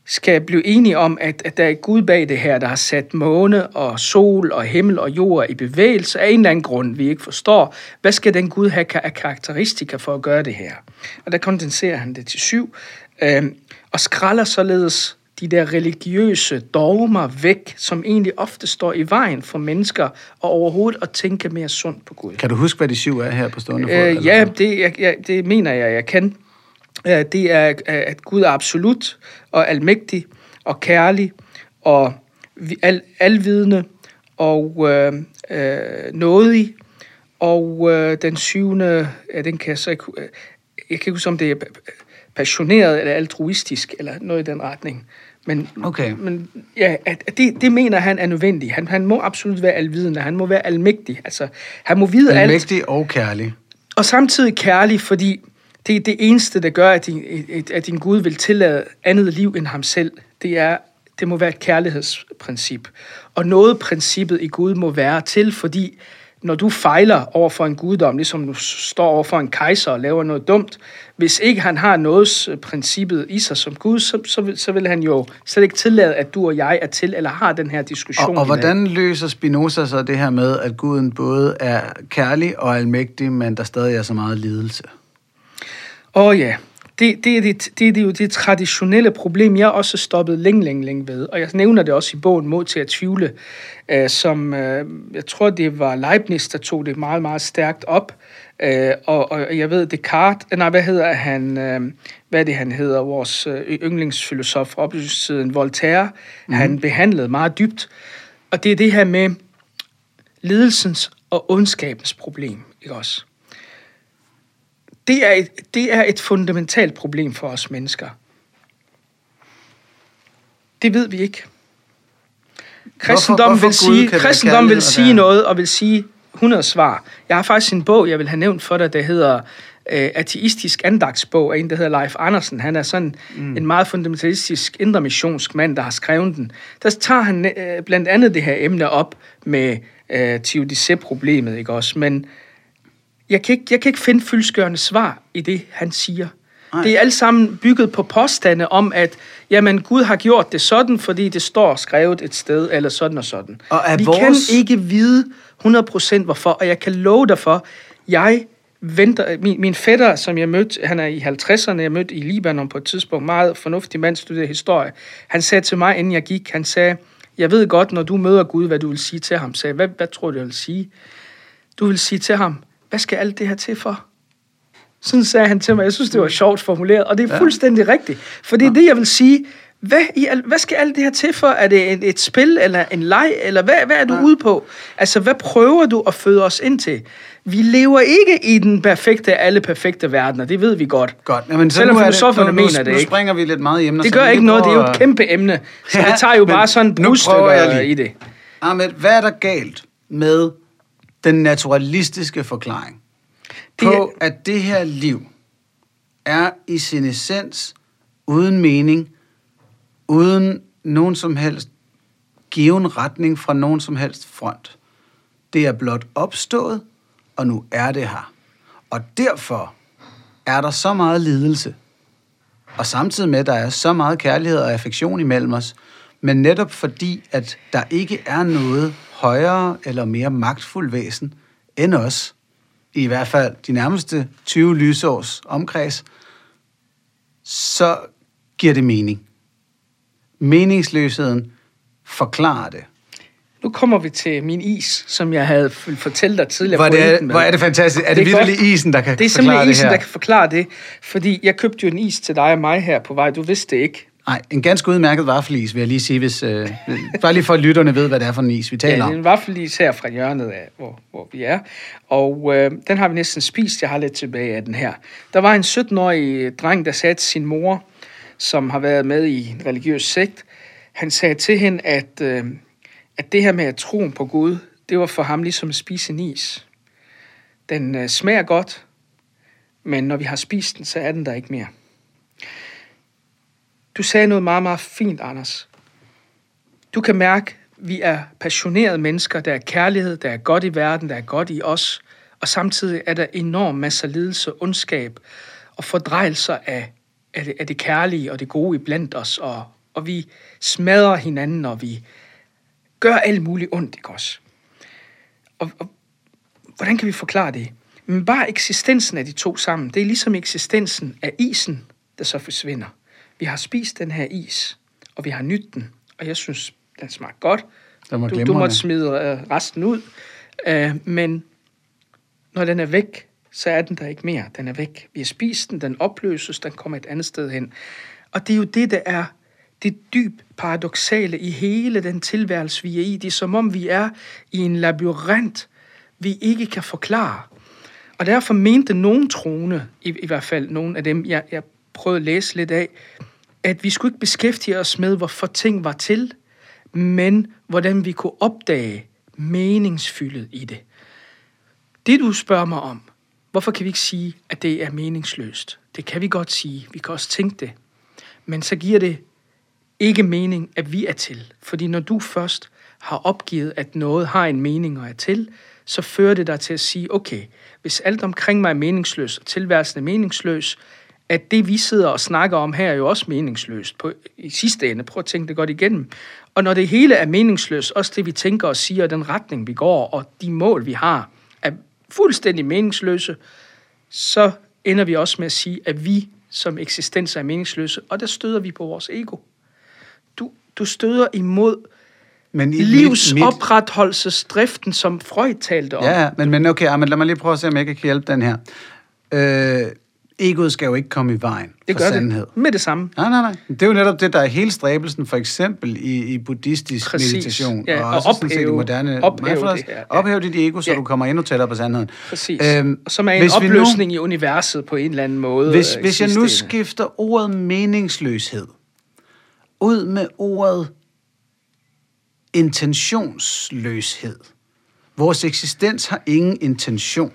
skal blive enige om, at, at der er Gud bag det her, der har sat måne og sol og himmel og jord i bevægelse af en eller anden grund, vi ikke forstår. Hvad skal den Gud have af karakteristika for at gøre det her? Og der kondenserer han det til syv, øh, og skralder således de der religiøse dogmer væk, som egentlig ofte står i vejen for mennesker og overhovedet at tænke mere sundt på Gud. Kan du huske, hvad de syv er her på stående fod? Øh, ja, det, jeg, jeg, det mener jeg, jeg kan. Det er, at Gud er absolut og almægtig og kærlig og al, alvidende og øh, øh, nådig. Og øh, den syvende, ja, den kan jeg så ikke, jeg kan ikke huske, om det er passioneret eller altruistisk eller noget i den retning. Men, okay. men ja, at det, det mener han er nødvendigt. Han, han må absolut være alvidende, han må være almægtig. Altså, han må vide alt. Almægtig og kærlig. Og samtidig kærlig, fordi det er det eneste, der gør, at din, at din Gud vil tillade andet liv end ham selv. Det er, det må være et kærlighedsprincip. Og noget princippet i Gud må være til, fordi når du fejler over for en guddom, ligesom du står over for en kejser og laver noget dumt, hvis ikke han har noget princippet i sig som Gud, så, så, vil, så vil han jo slet ikke tillade, at du og jeg er til, eller har den her diskussion. Og, og hvordan løser Spinoza så det her med, at Guden både er kærlig og almægtig, men der stadig er så meget lidelse? Åh oh, ja, det, det, er det, det, det er jo det traditionelle problem, jeg også stoppet længe, længe, længe ved. Og jeg nævner det også i bogen Mod til at tvivle, øh, som øh, jeg tror, det var Leibniz, der tog det meget, meget stærkt op. Øh, og, og jeg ved, Descartes, nej, hvad hedder han, øh, hvad er det, han hedder, vores øh, yndlingsfilosof fra oplysningstiden, Voltaire, mm. han behandlede meget dybt. Og det er det her med lidelsens og ondskabens problem, ikke også? Det er, et, det er et fundamentalt problem for os mennesker. Det ved vi ikke. Kristendommen vil sige, kristendom vil sige noget, og vil sige hundrede svar. Jeg har faktisk en bog, jeg vil have nævnt for dig, der hedder øh, Ateistisk andagtsbog, af en, der hedder Leif Andersen. Han er sådan mm. en meget fundamentalistisk indremissionsk mand, der har skrevet den. Der tager han øh, blandt andet det her emne op med øh, teodicé-problemet, ikke også? Men Jeg kan, ikke, jeg kan ikke finde fyldestgørende svar i det, han siger. Ej. Det er alt sammen bygget på påstande om, at jamen, Gud har gjort det sådan, fordi det står skrevet et sted, eller sådan og sådan. Og Vi vores... kan ikke vide hundrede procent hvorfor, og jeg kan love dig for, jeg venter, min, min fætter, som jeg mødte, han er i halvtredserne, jeg mødte i Libanon på et tidspunkt, meget fornuftig mand, studerer historie. Han sagde til mig, inden jeg gik, han sagde, jeg ved godt, når du møder Gud, hvad du vil sige til ham. Sagde, hvad, hvad tror du, jeg vil sige? Du vil sige til ham, hvad skal alt det her til for? Sådan sagde han til mig. Jeg synes, det var sjovt formuleret, og det er ja. fuldstændig rigtigt. For det er ja. det, jeg vil sige. Hvad, i, hvad skal alt det her til for? Er det et, et spil, eller en leg, eller hvad, hvad er du ja. ude på? Altså, hvad prøver du at føde os ind til? Vi lever ikke i den perfekte af alle perfekte verdener, det ved vi godt. Godt. Jamen, så selvom filosoferne mener det ikke. Nu springer vi lidt meget i emner. Det gør ikke noget, det er jo et kæmpe emne. Så ja, det tager jo bare sådan brudstykker i det. Ahmed, hvad er der galt med den naturalistiske forklaring det på, at det her liv er i sin essens uden mening, uden nogen som helst given retning fra nogen som helst front. Det er blot opstået, og nu er det her. Og derfor er der så meget lidelse, og samtidig med, at der er så meget kærlighed og affektion imellem os, men netop fordi, at der ikke er noget højere eller mere magtfuld væsen end os, i hvert fald de nærmeste tyve lysårs omkreds, så giver det mening. Meningsløsheden forklarer det. Nu kommer vi til min is, som jeg havde fortalt dig tidligere. Hvor, det er, hvor er det fantastisk. Er det, det vitterlig isen, der kan det forklare det her? Det er simpelthen isen, der kan forklare det. Fordi jeg købte jo en is til dig og mig her på vej. Du vidste det ikke. Nej, en ganske udmærket vaffelis, vil jeg lige sige, hvis, øh, bare lige for at lytterne ved, hvad det er for en is, vi taler om. Ja, det er en vaffelis her fra hjørnet af, hvor, hvor vi er. Og øh, den har vi næsten spist. Jeg har lidt tilbage af den her. Der var en sytten-årig dreng, der sagde til sin mor, som har været med i en religiøs sekt. Han sagde til hende, at, øh, at det her med at tro på Gud, det var for ham ligesom at spise en is. Den øh, smager godt, men når vi har spist den, så er den der ikke mere. Du sagde noget meget, meget fint, Anders. Du kan mærke, at vi er passionerede mennesker. Der er kærlighed, der er godt i verden, der er godt i os. Og samtidig er der enorm masser lidelse, ondskab og fordrejelser af, af, det, af det kærlige og det gode iblandt os. Og, og vi smadrer hinanden, og vi gør alt muligt ondt, ikke også? Og, og hvordan kan vi forklare det? Men bare eksistensen af de to sammen, det er ligesom eksistensen af isen, der så forsvinder. Vi har spist den her is, og vi har nydt den, og jeg synes, den smager godt. Du, du måtte smide uh, resten ud, uh, men når den er væk, så er den der ikke mere. Den er væk. Vi har spist den, den opløses, den kommer et andet sted hen. Og det er jo det, der er det dybt paradoksale i hele den tilværelse, vi er i. Det er som om, vi er i en labyrint, vi ikke kan forklare. Og derfor mente nogen troende, i, i hvert fald nogle af dem, jeg, jeg prøvede at læse lidt af, at vi skulle ikke beskæftige os med, hvorfor ting var til, men hvordan vi kunne opdage meningsfyldet i det. Det, du spørger mig om, hvorfor kan vi ikke sige, at det er meningsløst? Det kan vi godt sige. Vi kan også tænke det. Men så giver det ikke mening, at vi er til. Fordi når du først har opgivet, at noget har en mening og er til, så fører det dig til at sige, okay, hvis alt omkring mig er meningsløst, og tilværelsen er meningsløs, at det, vi sidder og snakker om her, er jo også meningsløst på, i sidste ende. Prøv at tænke det godt igennem. Og når det hele er meningsløst, også det, vi tænker og siger, den retning, vi går, og de mål, vi har, er fuldstændig meningsløse, så ender vi også med at sige, at vi som eksistens er meningsløse, og der støder vi på vores ego. Du, du støder imod men i livsopretholdelsesdriften, som Freud talte om. Ja, men, men okay, men lad mig lige prøve at se, om jeg kan hjælpe den her. Øh, egoet skal jo ikke komme i vejen det for gør sandhed. Det med det samme. Nej, nej, nej. Det er jo netop det, der er hele stræbelsen, for eksempel i, i buddhistisk Præcis. meditation, ja, og, og også ophæve, sådan set i moderne ophæve det her. Ja. Ophæve dit ego, så ja. du kommer endnu tættere på sandheden. Præcis. Øhm, som er en opløsning nu, i universet på en eller anden måde. Hvis, øh, hvis jeg nu skifter ordet meningsløshed ud med ordet intentionsløshed. Vores eksistens har ingen intention.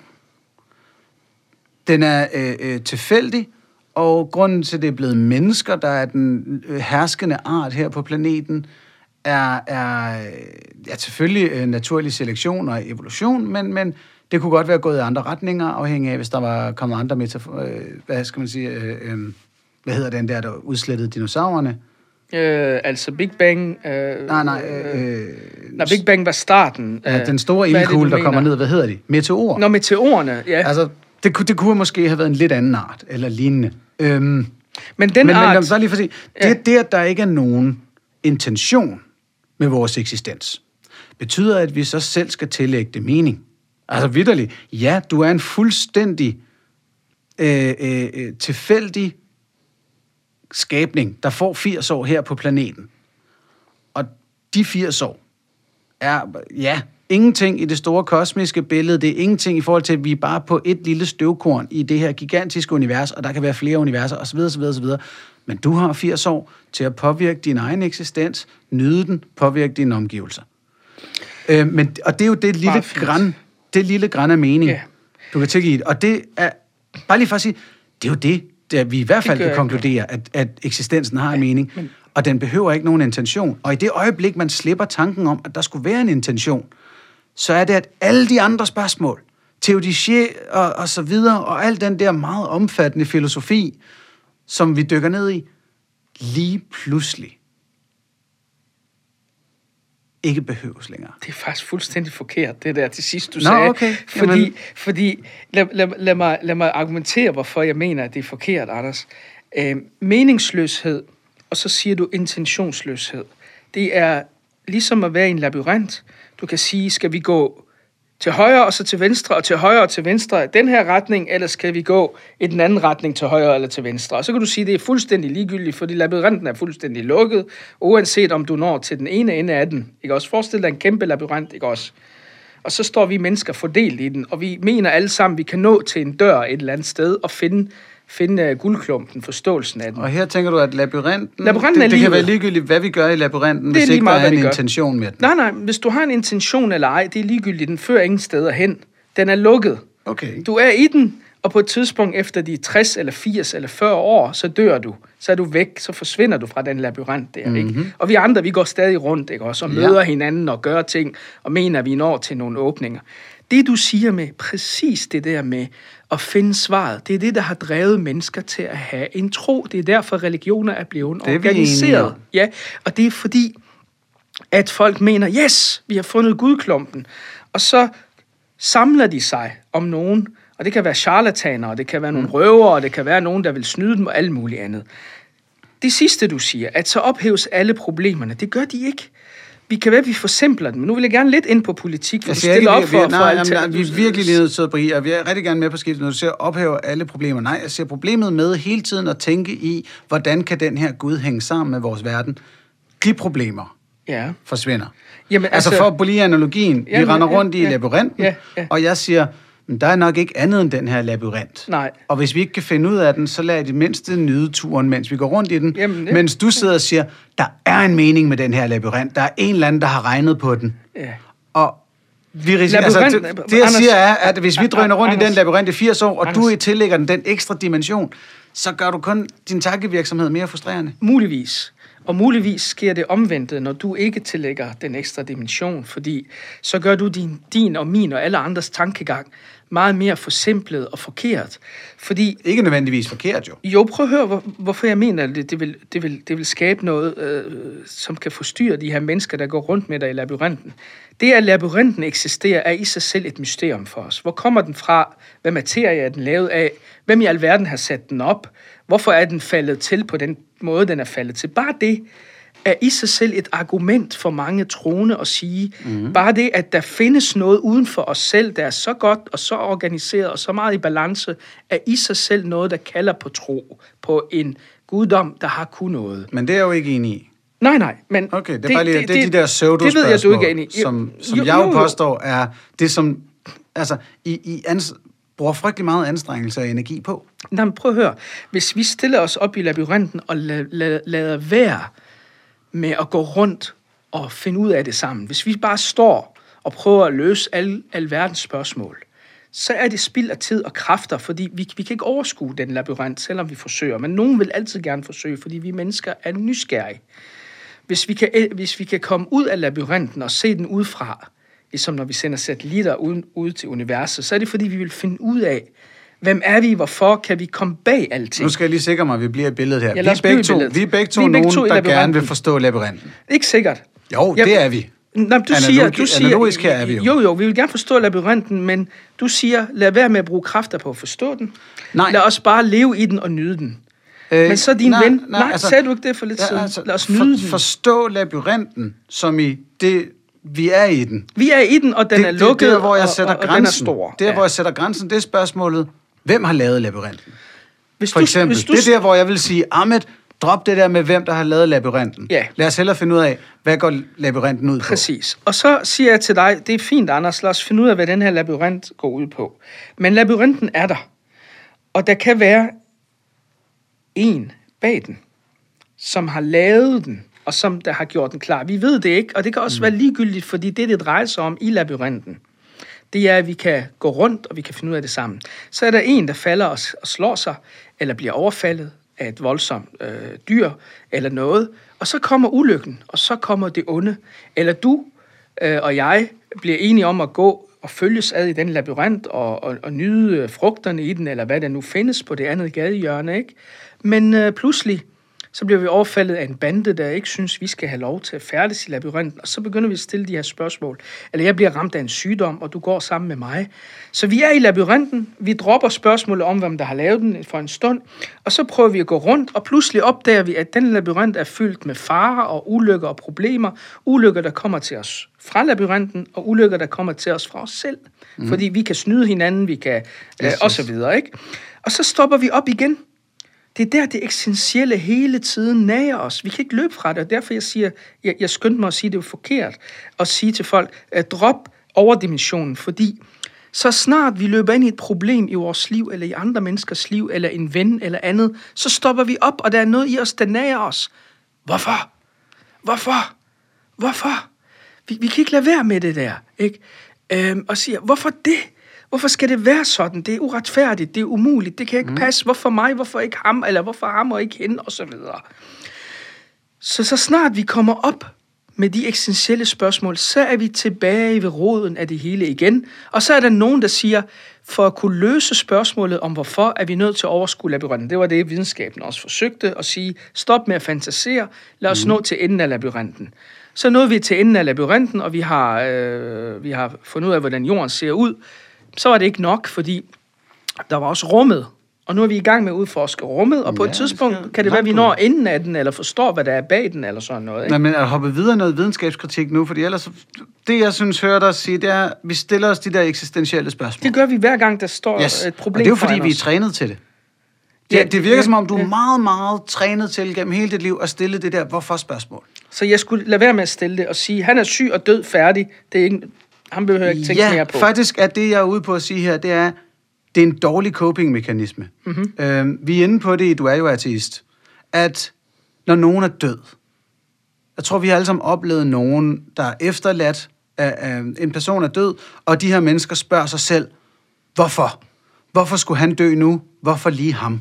Den er øh, øh, tilfældig, og grunden til, at det er blevet mennesker, der er den øh, herskende art her på planeten, er, er ja, selvfølgelig øh, naturlig selektion og evolution, men, men det kunne godt være gået i andre retninger, afhængig af, hvis der var kommet andre metafor, øh, hvad skal man sige, øh, øh, hvad hedder den der, der udslettede dinosaurerne? Øh, altså Big Bang... Øh, nej, nej. Øh, nej, Big Bang var starten. Ja, den store ildkugle, der kommer ned, hvad hedder de? Meteorer. Nå, meteorerne, ja. Altså, det, det kunne måske have været en lidt anden art, eller lignende. Øhm, men den men, art... Men bare lige for at sige, ja. det, det, at der ikke er nogen intention med vores eksistens, betyder, at vi så selv skal tillægge det mening. Altså vitterligt, ja, du er en fuldstændig øh, øh, tilfældig skabning, der får firs år her på planeten. Og de firs år er, ja, ingenting i det store kosmiske billede. Det er ingenting i forhold til, at vi er bare på et lille støvkorn i det her gigantiske univers, og der kan være flere universer, osv., osv., osv. Men du har firs år til at påvirke din egen eksistens, nyde den, påvirke dine omgivelser. Øh, men, og det er jo det lille græn, det lille græn af mening, yeah. du kan tilgive. Og det er, bare lige for at sige, det er jo det, der vi i hvert fald kan konkludere, at, at eksistensen har en ja, mening, men... og den behøver ikke nogen intention. Og i det øjeblik, man slipper tanken om, at der skulle være en intention, så er det, at alle de andre spørgsmål, Théodicé og, og så videre, og al den der meget omfattende filosofi, som vi dykker ned i, lige pludselig ikke behøves længere. Det er faktisk fuldstændig forkert, det der til sidst, du Nå, sagde. Okay. Fordi, Jamen... fordi lad, lad, lad, mig, lad mig argumentere, hvorfor jeg mener, at det er forkert, Anders. Øh, meningsløshed, og så siger du intentionsløshed. Det er ligesom at være i en labyrint. Du kan sige, skal vi gå til højre og så til venstre, og til højre og til venstre i den her retning, eller skal vi gå i den anden retning til højre eller til venstre. Og så kan du sige, at det er fuldstændig ligegyldigt, fordi labyrinten er fuldstændig lukket, uanset om du når til den ene ende af den. Ikke også? Forestil dig en kæmpe labyrint, ikke også? Og så står vi mennesker fordelt i den, og vi mener alle sammen, at vi kan nå til en dør et eller andet sted og finde finde guldklumpen, forståelsen af den. Og her tænker du, at labyrinten, labyrinten det, det kan være ligegyldigt, hvad vi gør i labyrinten, hvis ikke der er en intention med den. Nej, nej, hvis du har en intention eller ej, det er ligegyldigt, den fører ingen steder hen. Den er lukket. Okay. Du er i den, og på et tidspunkt efter de tres eller firs eller fyrre år, så dør du. Så er du væk, så forsvinder du fra den labyrint der, mm-hmm. ikke? Og vi andre, vi går stadig rundt, ikke? Også, og møder ja. hinanden og gør ting, og mener, at vi når til nogle åbninger. Det, du siger med præcis det der med at finde svaret, det er det, der har drevet mennesker til at have en tro. Det er derfor, religioner er blevet Det er organiseret. Ja, og det er fordi, at folk mener, yes, vi har fundet gudklumpen. Og så samler de sig om nogen, og det kan være charlataner, det kan være nogle røvere, og det kan være nogen, der vil snyde dem og alt muligt andet. Det sidste, du siger, at så ophæves alle problemerne, det gør de ikke. Vi kan være, at vi forsimpler dem. Men nu vil jeg gerne lidt ind på politik, for jeg du stiller ikke, op for, nej, for jamen, nej, vi er virkelig lige nødt til at bringe, og vi er rigtig gerne med på skiftet, når du siger ophæve alle problemer. Nej, jeg ser problemet med hele tiden at tænke i, hvordan kan den her Gud hænge sammen med vores verden. De problemer ja. forsvinder. Jamen, altså, altså for at blive analogien, ja, vi render ja, rundt ja, i labyrinten, ja, ja. og jeg siger, men der er nok ikke andet end den her labyrint. Nej. Og hvis vi ikke kan finde ud af den, så lad i det mindste nyde turen, mens vi går rundt i den. Jamen, ja. Mens du sidder og siger, der er en mening med den her labyrint. Der er en eller anden, der har regnet på den. Ja. Og vi risikerer, altså, det, det jeg siger er, at hvis vi drøner rundt Anders, i den labyrint i firs år, og Anders, du tillægger den den ekstra dimension, så gør du kun din tankevirksomhed mere frustrerende. Muligvis. Og muligvis sker det omvendte, når du ikke tillægger den ekstra dimension, fordi så gør du din, din og min og alle andres tankegang meget mere forsimplet og forkert. Fordi, ikke nødvendigvis forkert, jo. Jo, prøv at høre, hvor, hvorfor jeg mener, at det, det, vil, det, vil, det vil skabe noget, øh, som kan forstyrre de her mennesker, der går rundt med dig i labyrinten. Det, at labyrinten eksisterer, er i sig selv et mysterium for os. Hvor kommer den fra? Hvad materie er den lavet af? Hvem i alverden har sat den op? Hvorfor er den faldet til på den måde, den er faldet til? Bare det er i sig selv et argument for mange troende at sige, mm. bare det, at der findes noget uden for os selv, der er så godt og så organiseret og så meget i balance, er i sig selv noget, der kalder på tro, på en guddom, der har kun noget. Men det er jeg jo ikke enig i. Nej, nej, men... Okay, det er, bare lige, det, det, det er de der pseudo-spørgsmål, det ved jeg, du ikke er enig i. Som, som jo, jeg jo, jo påstår er det, som altså, I, I ans, bruger frygtelig meget anstrengelse og energi på. Nej, men prøv at høre. Hvis vi stiller os op i labyrinten og la, la, lader være med at gå rundt og finde ud af det sammen, hvis vi bare står og prøver at løse alle, alle verdens spørgsmål, så er det spild af tid og kræfter, fordi vi, vi kan ikke overskue den labyrint, selvom vi forsøger. Men nogen vil altid gerne forsøge, fordi vi mennesker er nysgerrige. Hvis vi kan, hvis vi kan komme ud af labyrinten og se den udefra, ligesom når vi sender satellitter ud, ud til universet, så er det fordi, vi vil finde ud af, hvem er vi, hvorfor kan vi komme bag alting. Nu skal jeg lige sikre mig, at vi bliver i billedet her. Ja, vi, er begge to, vi er begge to vi er nogen, begge to der gerne vil forstå labyrinten. Ikke sikkert. Jo, jeg, det er vi. Nej, du siger, du siger, analogisk her er vi jo. Jo, jo, vi vil gerne forstå labyrinten, men du siger, lad være med at bruge kræfter på at forstå den. Nej. Lad os bare leve i den og nyde den. Øh, men så din nej, ven... Nej, nej altså, sagde du ikke det for lidt ja, siden? Altså, lad os nyde for, den. Forstå labyrinten, som i det... Vi er i den. Vi er i den, og den det, er lukket, det, det er, hvor jeg sætter og, og, grænsen. og den er stor. Det er, ja. hvor jeg sætter grænsen. Det er spørgsmålet, hvem har lavet labyrinten? Hvis For du, eksempel, hvis du, det er der, hvor jeg vil sige, Ahmed, drop det der med, hvem der har lavet labyrinten. Ja. Lad os hellere finde ud af, hvad går labyrinten ud på. Præcis. Og så siger jeg til dig, det er fint, Anders, lad os finde ud af, hvad den her labyrint går ud på. Men labyrinten er der. Og der kan være en bag den, som har lavet den, og som der har gjort den klar. Vi ved det ikke, og det kan også mm. være ligegyldigt, fordi det, det drejer sig om i labyrinten, det er, at vi kan gå rundt, og vi kan finde ud af det sammen. Så er der en, der falder og, og slår sig, eller bliver overfaldet af et voldsomt øh, dyr, eller noget, og så kommer ulykken, og så kommer det onde. Eller du øh, og jeg bliver enige om at gå og følges ad i den labyrint, og, og, og nyde frugterne i den, eller hvad der nu findes på det andet gadehjørne, ikke? Men øh, pludselig, så bliver vi overfaldet af en bande, der ikke synes, vi skal have lov til at færdes i labyrinten, og så begynder vi at stille de her spørgsmål. Eller jeg bliver ramt af en sygdom, og du går sammen med mig. Så vi er i labyrinten, vi dropper spørgsmålet om, hvem der har lavet den for en stund, og så prøver vi at gå rundt, og pludselig opdager vi, at den labyrint er fyldt med farer og ulykker og problemer. Ulykker, der kommer til os fra labyrinten, og ulykker, der kommer til os fra os selv. Mm. Fordi vi kan snyde hinanden, vi kan, øh, og så videre, ikke? Og så stopper vi op igen. Det er der, det eksistentielle hele tiden nager os. Vi kan ikke løbe fra det, og derfor jeg siger, jeg, jeg skyndte mig at sige, at det er forkert at sige til folk, at drop overdimensionen, fordi så snart vi løber ind i et problem i vores liv, eller i andre menneskers liv, eller en ven, eller andet, så stopper vi op, og der er noget i os, der nager os. Hvorfor? Hvorfor? Hvorfor? Vi, vi kan ikke lade være med det der, ikke? Øhm, og siger, hvorfor det? Hvorfor skal det være sådan? Det er uretfærdigt, det er umuligt, det kan ikke mm. passe. Hvorfor mig, hvorfor ikke ham, eller hvorfor ham og ikke hende, og så videre. Så så snart vi kommer op med de eksistentielle spørgsmål, så er vi tilbage ved roden af det hele igen. Og så er der nogen, der siger, for at kunne løse spørgsmålet om hvorfor, er vi nødt til at overskue labyrinten. Det var det, videnskaben også forsøgte at sige. Stop med at fantasere. Lad os mm. nå til enden af labyrinten. Så nåede vi til enden af labyrinten, og vi har, øh, vi har fundet ud af, hvordan jorden ser ud. Så var det ikke nok, fordi der var også rummet. Og nu er vi i gang med at udforske rummet, og på ja, et tidspunkt kan det være, at vi når enden af den, eller forstår, hvad der er bag den, eller sådan noget. Ikke? Nej, men at hoppe videre noget videnskabskritik nu, fordi ellers, det jeg synes, hører dig sige, det er, at vi stiller os de der eksistentielle spørgsmål. Det gør vi hver gang, der står yes. et problem. Og det er jo fordi, vi er trænet til det. Det, ja, det virker ja, som om, du ja. er meget, meget trænet til gennem hele dit liv at stille det der hvorfor-spørgsmål. Så jeg skulle lade være med at stille det og sige, han er syg og død færdig. Det er ikke, han behøver ikke tænke ja, mere på. Ja, faktisk er det, jeg er ude på at sige her, det er, det er en dårlig coping-mekanisme. Mm-hmm. Øhm, vi er inde på det i Du er jo ateist, at når nogen er død, jeg tror, vi har alle sammen oplevet nogen, der er efterladt, af, af en person er død, og de her mennesker spørger sig selv, hvorfor? Hvorfor skulle han dø nu? Hvorfor lige ham?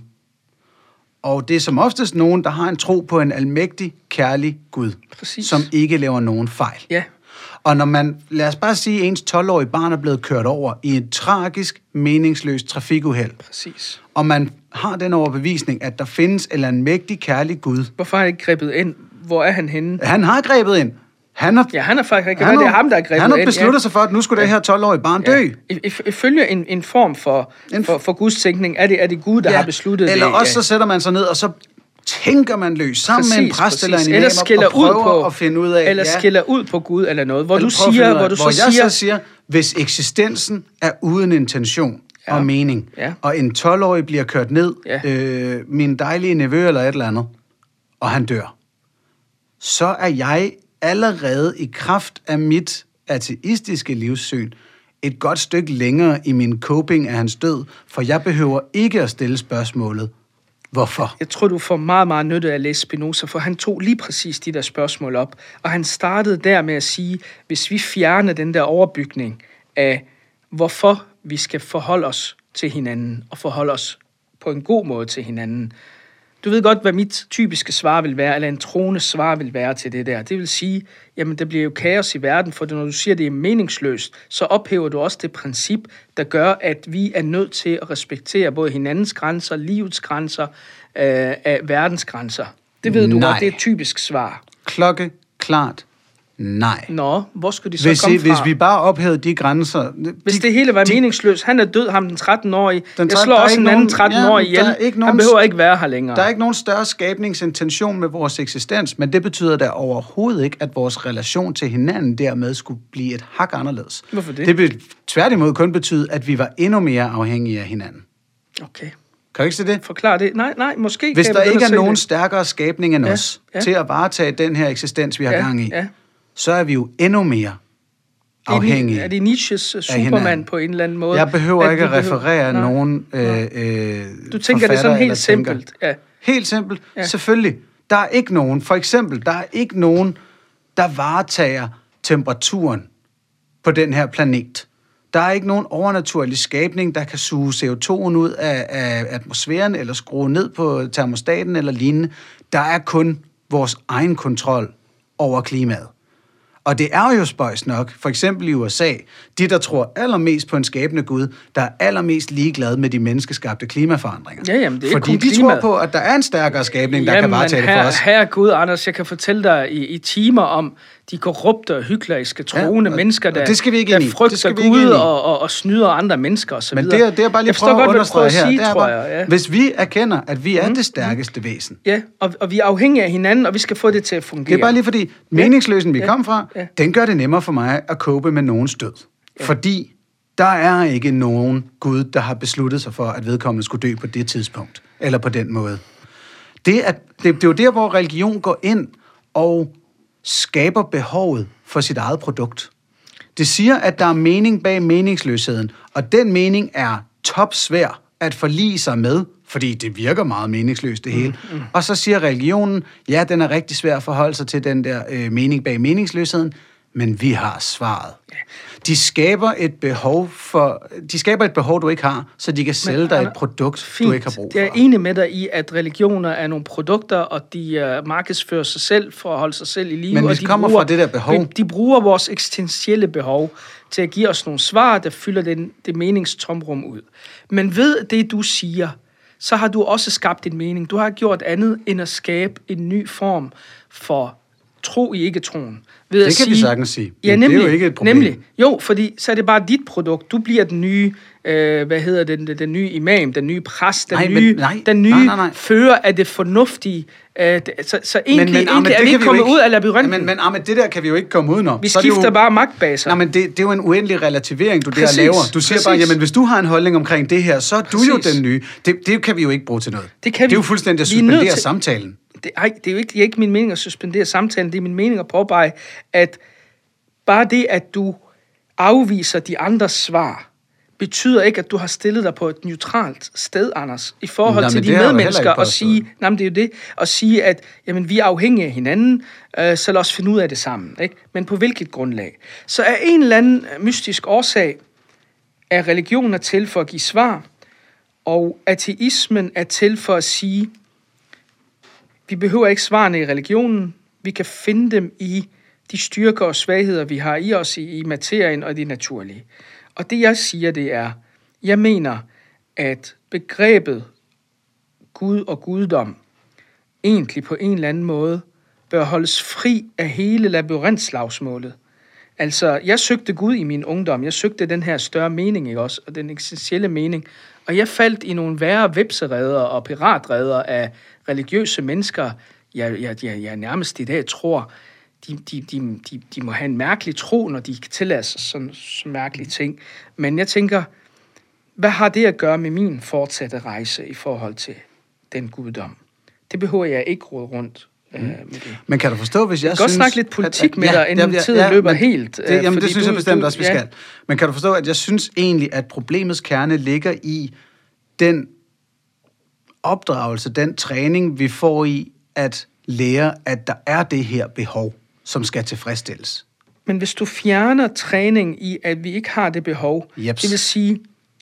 Og det er som oftest nogen, der har en tro på en almægtig, kærlig Gud, Præcis. som ikke laver nogen fejl. Ja. Og når man, lad os bare sige, ens tolv-årige barn er blevet kørt over i et tragisk, meningsløst trafikuheld. Præcis. Og man har den overbevisning, at der findes en almægtig, kærlig Gud. Hvorfor har han ikke grebet ind? Hvor er han henne? Han har grebet ind. Han har, ja, han har faktisk ikke. Det er ham, der har grebet ind. Han har besluttet ja. sig for, at nu skulle ja. det her tolv-årige barn dø. Ja. Ifølge en, en form for, en, for, for Guds tænkning, er det, er det Gud, der ja. har besluttet eller det. Eller også ja. så sætter man sig ned, og så tænker man løs sammen præcis, med en præst eller en imam, eller og prøver på, at finde ud af... Eller ja, skiller ud på Gud eller noget, hvor du siger... Hvor, du hvor så jeg siger, så siger, hvis eksistensen er uden intention ja. og mening, ja. og en tolv-årig bliver kørt ned, ja. øh, min dejlige nevø eller et eller andet, og han dør, så er jeg allerede i kraft af mit ateistiske livssyn et godt stykke længere i min coping af hans død, for jeg behøver ikke at stille spørgsmålet, hvorfor? Jeg tror, du får meget, meget nytte af at læse Spinoza, for han tog lige præcis de der spørgsmål op, og han startede der med at sige, hvis vi fjerner den der overbygning af, hvorfor vi skal forholde os til hinanden, og forholde os på en god måde til hinanden. Du ved godt, hvad mit typiske svar vil være, eller en troende svar vil være til det der. Det vil sige, jamen der bliver jo kaos i verden, for når du siger, det er meningsløst, så ophæver du også det princip, der gør, at vi er nødt til at respektere både hinandens grænser, livets grænser, øh, af verdens grænser. Det ved du Nej. godt, det er et typisk svar. Klokke, klart, nej. Nå, hvor skulle de så hvis, komme fra? Hvis vi bare ophævede de grænser... De, hvis det hele var de, meningsløst, han er død, ham den tretten-årige. Den jeg slår også en anden tretten-årig ihjel. Ja, han behøver ikke være her længere. Der er ikke nogen større skabningsintention med vores eksistens, men det betyder da overhovedet ikke, at vores relation til hinanden dermed skulle blive et hak anderledes. Hvorfor det? Det vil tværtimod kun betyde, at vi var endnu mere afhængige af hinanden. Okay. Kan du ikke se det? Forklar det. Nej, nej, måske Hvis kan der ikke er nogen det. stærkere skabning end ja, os, ja. til at varetage den her eksistens, vi har ja, gang i, ja. så er vi jo endnu mere afhængige. Er det Nietzsches Superman på en eller anden måde? Jeg behøver at ikke at referere nej, nogen nej. Øh, Du tænker det sådan helt simpelt? Ja. Helt simpelt, ja. Selvfølgelig. Der er ikke nogen, for eksempel, der er ikke nogen, der varetager temperaturen på den her planet. Der er ikke nogen overnaturlig skabning, der kan suge C O to'en ud af, af atmosfæren, eller skrue ned på termostaten eller lignende. Der er kun vores egen kontrol over klimaet. Og det er jo spøjs nok, for eksempel i U S A, de, der tror allermest på en skabende Gud, der er allermest ligeglade med de menneskeskabte klimaforandringer. Ja, jamen, det er fordi kun de klima. tror på, at der er en stærkere skabning, der jamen, kan varetage her, det for os. Herre Gud, Anders, jeg kan fortælle dig i, i timer om de korrupte og hykleriske troende ja, og, mennesker, der, det skal vi ikke der frygter Gud og, og, og snyder andre mennesker osv. Men det er, det er bare lige prøve godt, at understrege her. Sige, det er tror bare, jeg, ja. Hvis vi erkender, at vi er mm. det stærkeste mm. væsen. Ja, og, og vi er afhængige af hinanden, og vi skal få det til at fungere. Det er bare lige fordi, meningsløsen, vi ja. kom fra, ja. den gør det nemmere for mig at cope med nogens død. Ja. Fordi der er ikke nogen Gud, der har besluttet sig for, at vedkommende skulle dø på det tidspunkt. Eller på den måde. Det er, det, det er jo der, hvor religion går ind og skaber behovet for sit eget produkt. Det siger, at der er mening bag meningsløsheden, og den mening er topsvær at forlige sig med, fordi det virker meget meningsløst det hele. Mm, mm. Og så siger religionen, ja, den er rigtig svær at forholde sig til den der øh, mening bag meningsløsheden, men vi har svaret. De skaber et behov for, de skaber et behov, du ikke har, så de kan sælge men, dig et produkt, fint. Du ikke har brug for. Jeg er enig med dig i, at religioner er nogle produkter, og de uh, markedsfører sig selv for at holde sig selv i live. Men og vi de kommer bruger, fra det der behov. De, de bruger vores eksistentielle behov til at give os nogle svar, der fylder den, det meningstomrum ud. Men ved det, du siger, så har du også skabt en mening. Du har gjort andet end at skabe en ny form for tro i ikke-troen. Ved det at kan sige, vi sagtens sige. Ja, nemlig, det er jo ikke et problem. Nemlig. Jo, fordi så er det bare dit produkt. Du bliver den nye, øh, hvad hedder det, den, den nye imam, den nye præst, den nej, nye, men, nej, den nye nej, nej, nej. fører af det fornuftige. Øh, det, så, så egentlig, men, men, egentlig Ahmed, er vi ikke kommet ud af labyrinten. Men, men Ahmed, det der kan vi jo ikke komme udenom. Vi så skifter jo, bare magtbaser. Nej, men det, det er jo en uendelig relativering, du præcis, der laver. Du siger præcis. bare, jamen hvis du har en holdning omkring det her, så er præcis. du jo den nye. Det, det kan vi jo ikke bruge til noget. Det, kan det er jo vi. fuldstændig at Vi er nødt suspendere til- samtalen. Det, ej, det er jo ikke, det er ikke min mening at suspendere samtalen. Det er min mening at påpege, at bare det, at du afviser de andres svar, betyder ikke, at du har stillet dig på et neutralt sted, Anders, i forhold Nej, til men de det har jeg jo medmennesker, heller ikke og sige, nej, men det er jo det, at sige, at jamen, vi er afhængige af hinanden, øh, så lad os finde ud af det sammen. Ikke? Men på hvilket grundlag? Så af en eller anden mystisk årsag er religionen er til for at give svar, og ateismen er til for at sige, vi behøver ikke svarene i religionen, vi kan finde dem i de styrker og svagheder, vi har i os, i, i materien og det naturlige. Og det jeg siger, det er, jeg mener, at begrebet Gud og guddom egentlig på en eller anden måde bør holdes fri af hele labyrintslagsmålet. Altså, jeg søgte Gud i min ungdom, jeg søgte den her større mening, ikke også, og den eksistentielle mening, og jeg faldt i nogle værre vepsereder og piratredder af religiøse mennesker, jeg, jeg, jeg, jeg nærmest i dag tror, de, de, de, de, de må have en mærkelig tro, når de kan tillade sig sådan, sådan mærkelige ting. Men jeg tænker, hvad har det at gøre med min fortsatte rejse i forhold til den guddom? Det behøver jeg ikke råde rundt øh, med det. Men kan du forstå, hvis jeg, jeg kan synes... godt snakke lidt politik at, at, med ja, dig, inden ja, ja, tiden ja, løber men, helt. Det, jamen, det synes du, jeg bestemt du, også, vi ja. skal. Men kan du forstå, at jeg synes egentlig, at problemets kerne ligger i den opdragelse, den træning, vi får i at lære, at der er det her behov, som skal tilfredsstilles. Men hvis du fjerner træning i, at vi ikke har det behov, Jeps. det vil sige,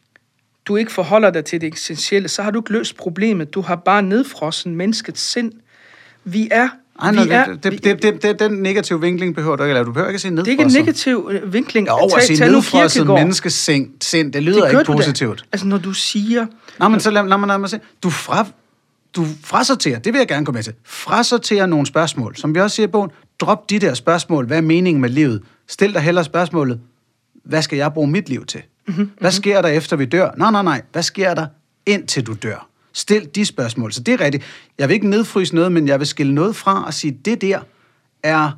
du ikke forholder dig til det eksistentielle, så har du ikke løst problemet. Du har bare nedfrossen menneskets sind. Vi er... Ej, vi nej, er det, det, det, det, det, den negative vinkling behøver du ikke at lave. Du behøver ikke at sige det er nedfrosset. ikke en negativ øh, vinkling. Jo, at Tag- sige tag nu nedfrosset Kierkegaard. menneskes sind, sind, det lyder Det gør ikke du da. positivt. Altså, når du siger... Nå, men så lad, lad, mig, lad mig se. Du, fra, du frasorterer, det vil jeg gerne komme med til, frasorterer nogle spørgsmål. Som vi også siger i bogen, drop de der spørgsmål. Hvad er meningen med livet? Stil dig hellere spørgsmålet, hvad skal jeg bruge mit liv til? Mm-hmm. Hvad sker der efter vi dør? Nej, nej, nej. Hvad sker der indtil du dør? Stil de spørgsmål. Så det er rigtigt. Jeg vil ikke nedfryse noget, men jeg vil skille noget fra og sige, det der er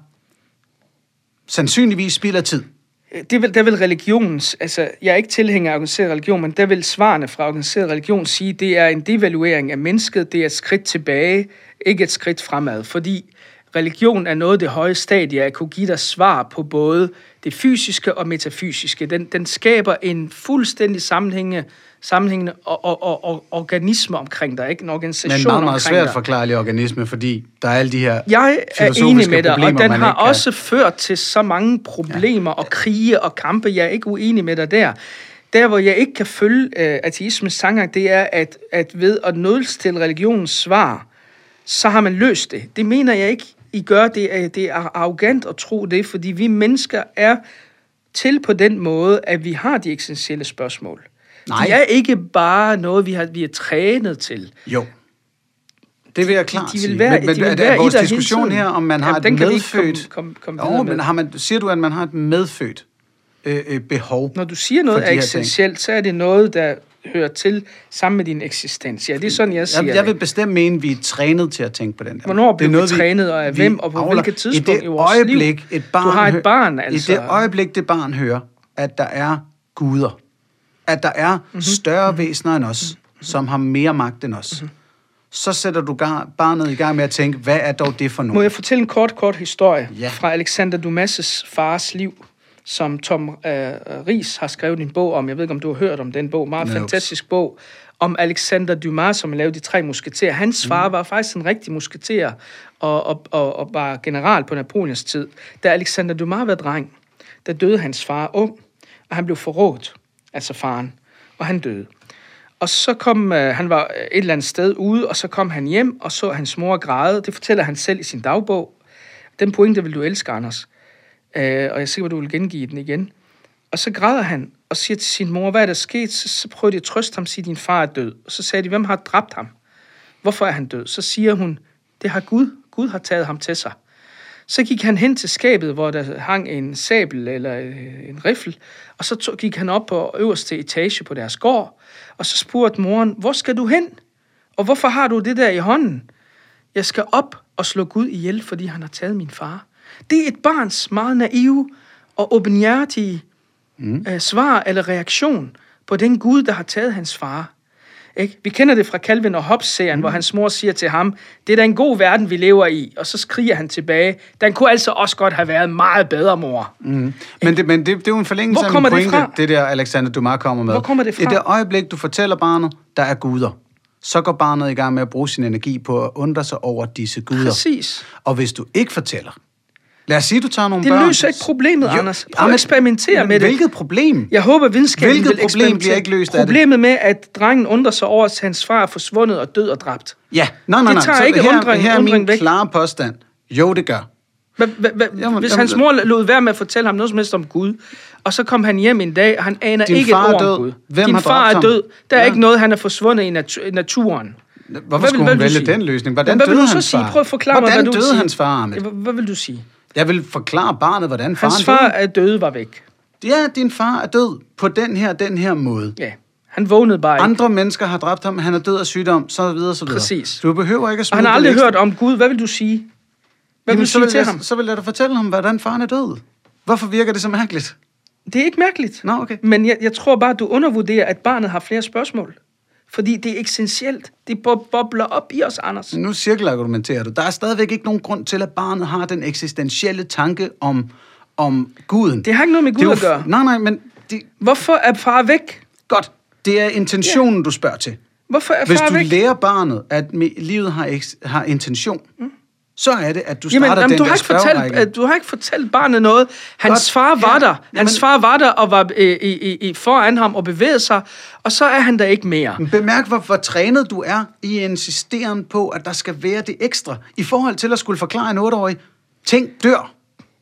sandsynligvis spild af tid. Det vil, der vil religionens, altså jeg er ikke tilhænger af organiseret religion, men der vil svarene fra organiseret religion sige, det er en devaluering af mennesket, det er et skridt tilbage, ikke et skridt fremad, fordi religion er noget af det høje stadie, at kunne give dig svar på både det fysiske og metafysiske. Den, den skaber en fuldstændig sammenhængende, sammenhængende og, og, og, og organisme omkring dig, ikke? En organisation omkring dig. Men meget, meget svært forklarlig organisme, fordi der er alle de her Jeg er enig med dig, problemer, og den man har ikke kan- også ført til så mange problemer ja. og krige og kampe. Jeg er ikke uenig med dig der. Der, hvor jeg ikke kan følge øh, ateismens tankegang, det er, at, at ved at nulstille religionens svar, så har man løst det. Det mener jeg ikke, I gør. Det er, det er arrogant at tro det, fordi vi mennesker er til på den måde, at vi har de eksistentielle spørgsmål. Nej. De er ikke bare noget, vi har vi er trænet til. Jo. Det vil jeg klart de vil sige. være- men, men de vil er, være er i vores dig hele diskussion tiden. her, om man har Jamen, den et kan vi ikke medfødt... komme- komme- komme jo, videre men med. har man, siger du, at man har et medfødt øh, øh, behov? Når du siger noget for er de her eksistentielt, så er det noget, der hører til sammen med din eksistens. Ja, det er sådan, jeg siger Jeg, jeg vil det. bestemt mene, at vi er trænet til at tænke på den der. Hvornår Det er blev vi noget, trænet, og af hvem, og på avler. hvilket tidspunkt I i det vores øjeblik, liv? Et barn Du har et hø- barn, altså. I det øjeblik, det barn hører, at der er guder, at der er mm-hmm. større væsener end os, mm-hmm. som har mere magt end os, mm-hmm. så sætter du gar- barnet i gang med at tænke, hvad er dog det for noget? Må jeg fortælle en kort, kort historie Ja. fra Alexander Dumas' fars liv, som Tom øh, Ries har skrevet en bog om. Jeg ved ikke, om du har hørt om den bog. Meget Nope. fantastisk bog om Alexander Dumas, som lavede de tre musketerer. Hans far mm. var faktisk en rigtig musketer og, og, og, og var general på Napoleons tid. Da Alexander Dumas var dreng, der døde hans far ung, og han blev forrådt, altså faren, og han døde. Og så kom, øh, han var et eller andet sted ude, og så kom han hjem, og så hans mor græde. Det fortæller han selv i sin dagbog. Den pointe vil du elske, Anders. Øh, og jeg er sikker, at du vil gengive den igen. Og så græder han og siger til sin mor, hvad er der sket? Så, så prøver de at trøste ham og sige, din far er død. Og så sagde de, hvem har dræbt ham? Hvorfor er han død? Så siger hun, det har Gud. Gud har taget ham til sig. Så gik han hen til skabet, hvor der hang en sabel eller en riffel, og så tog, gik han op på øverste etage på deres gård, og så spurgte moren, hvor skal du hen? Og hvorfor har du det der i hånden? Jeg skal op og slå Gud ihjel, fordi han har taget min far. Det er et barns meget naive og åbenhjertige mm. uh, svar eller reaktion på den Gud, der har taget hans far. Ikke? Vi kender det fra Calvin og Hobbes-serien, mm. hvor hans mor siger til ham, det er da en god verden, vi lever i, og så skriger han tilbage, den kunne altså også godt have været meget bedre, mor. Mm. Men, det, men det, det er jo en forlængelse af min pointe, det, det der Alexander Dumas kommer med. Hvor kommer det fra? I det øjeblik, du fortæller barnet, der er guder, så går barnet i gang med at bruge sin energi på at undre sig over disse guder. Præcis. Og hvis du ikke fortæller, lad os sige, du tager nogle det børn... Det løser ikke problemet, jo, Anders. Prøv at eksperimentere med det. Hvilket problem? Jeg håber, videnskaben Hvilket vil eksperimentere. problem bliver ikke løst af det? Problemet med, at drengen undrer sig over, at hans far er forsvundet og død og dræbt. Ja, nej, nej, nej. Det tager så ikke her, undring, her er undring min væk. klare påstand. Jo, det gør. Hva, hva, hva, jamen, hvis jamen, hans mor lod være med at fortælle ham noget som helst om Gud, og så kom han hjem en dag, og han aner Din ikke et ord død. om Gud. Hvem Din har far er ham? død. Der er ja. ikke noget, han er forsvundet i natu- naturen. Hvorfor hvad skulle vil, hun vælge sige? den løsning? Hvordan hvad døde vil du så hans sige? far? Prøv at forklare Hvordan mig, hvad du døde vil sige. hans far, Ahmed? Hvad, hvad vil du sige? Jeg vil forklare barnet, hvordan faren Hans far er døde, var væk. Ja, din far er død på den her, den her måde. Ja, han vågnede bare ikke. Andre mennesker har dræbt ham, han er død af sygdom, så videre, så videre. Præcis. Du behøver ikke at smide. Og han har aldrig hørt om Gud. Hvad vil du sige? Hvad Jamen, vil du så sige vil til jeg, ham? Så vil jeg da fortælle ham, hvordan faren er død. Hvorfor virker det så mærkeligt? Det er ikke mærkeligt. Nå, okay. Men jeg, jeg tror bare, at du undervurderer, at barnet har flere spørgsmål. Fordi det er essentielt. Det bobler op i os, Anders. Nu cirkelargumenterer du. Der er stadigvæk ikke nogen grund til, at barnet har den eksistentielle tanke om, om guden. Det har ikke noget med Gud jo, at gøre. Nej, nej, men... Det... Hvorfor er far væk? Godt. Det er intentionen, ja. Du spørger til. Hvorfor er Hvis far du væk? lærer barnet, at livet har, eks- har intention, mm. så er det, at du starter jamen, jamen, den du der har ikke fortalt, at du har ikke fortalt barnet noget. Hans Godt. far var Ja. der. Hans Jamen, far var der og var øh, i, i, foran ham og bevægede sig, og så er han der ikke mere. Bemærk, hvor, hvor trænet du er i insisteren på, at der skal være det ekstra. I forhold til at skulle forklare en otteårig, ting dør.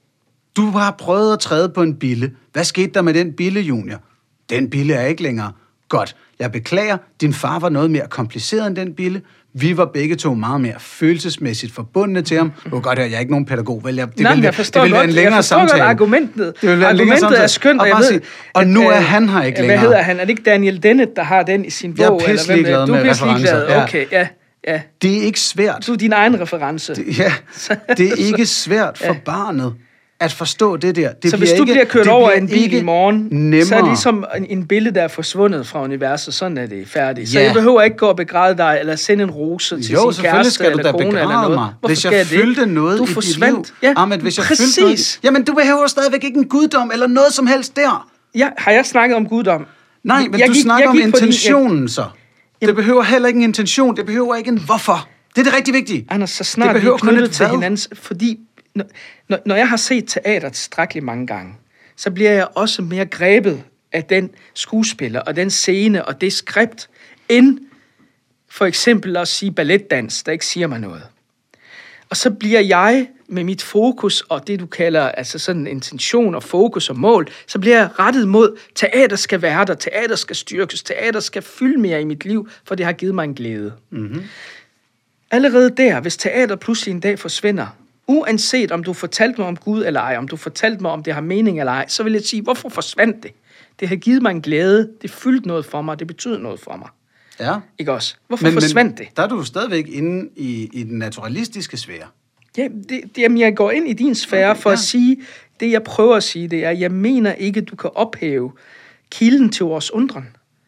Du har prøvet at træde på en bille. Hvad skete der med den bille, Junior? Den bille er ikke længere. Godt. Jeg beklager, din far var noget mere kompliceret end den bille. Vi var begge to meget mere følelsesmæssigt forbundne til ham. Du kan godt høre, jeg er ikke nogen pædagog. Vel? Jeg, det Nej, ville, jeg forstår det ville godt, være en længere jeg forstår samtale. godt argumentet. Det ville være en længere argumentet samtale. er skønt, og, og jeg bare ved, sige, og nu er han her ikke hvad længere. Hvad hedder han? Er det ikke Daniel Dennett, der har den i sin bog? Jeg er pisse ligeglad med referencer. Ja. Okay, ja, ja. Det er ikke svært. Du er din egen reference. Det, ja, det er ikke svært for ja. barnet at forstå det der. Det så hvis du ikke, bliver kørt over en bil i morgen, nemmere. så er det ligesom en, en billede, der er forsvundet fra universet. Sådan er det færdigt. Så ja. jeg behøver ikke gå og begræde dig, eller sende en rose til jo, sin kæreste eller kone eller noget. Mig. Hvorfor hvis jeg fyldte noget du i dit liv. Ja, Ahmed, hvis jeg præcis. Noget, jamen, du behøver stadigvæk ikke en guddom eller noget som helst der. Ja, har jeg snakket om guddom? Nej, men jeg du gik, snakker om intentionen din, jeg... så. Det behøver heller ikke en intention. Det behøver ikke en hvorfor. Det er det rigtig vigtige. Anders, så snart vi er knyttet til hinanden, fordi når, når jeg har set teater tilstrækkeligt mange gange, så bliver jeg også mere grebet af den skuespiller og den scene og det skript, end for eksempel at sige balletdans, der ikke siger mig noget. Og så bliver jeg med mit fokus og det, du kalder altså sådan intention og fokus og mål, så bliver jeg rettet mod, teater skal være der, teater skal styrkes, teater skal fylde mere i mit liv, for det har givet mig en glæde. Mm-hmm. Allerede der, hvis teater pludselig en dag forsvinder, uanset om du fortalte mig om Gud eller ej, om du fortalte mig om det har mening eller ej, så vil jeg sige, hvorfor forsvandt det? Det har givet mig en glæde, det fyldte noget for mig, det betyder noget for mig. Ja. Ikke også? Hvorfor men, forsvandt men, det? Der er du stadigvæk inde i, i den naturalistiske sfære. Ja, det, det, jamen, jeg går ind i din sfære okay, for ja. at sige, det jeg prøver at sige, det er, jeg mener ikke, du kan ophæve kilden til vores undren.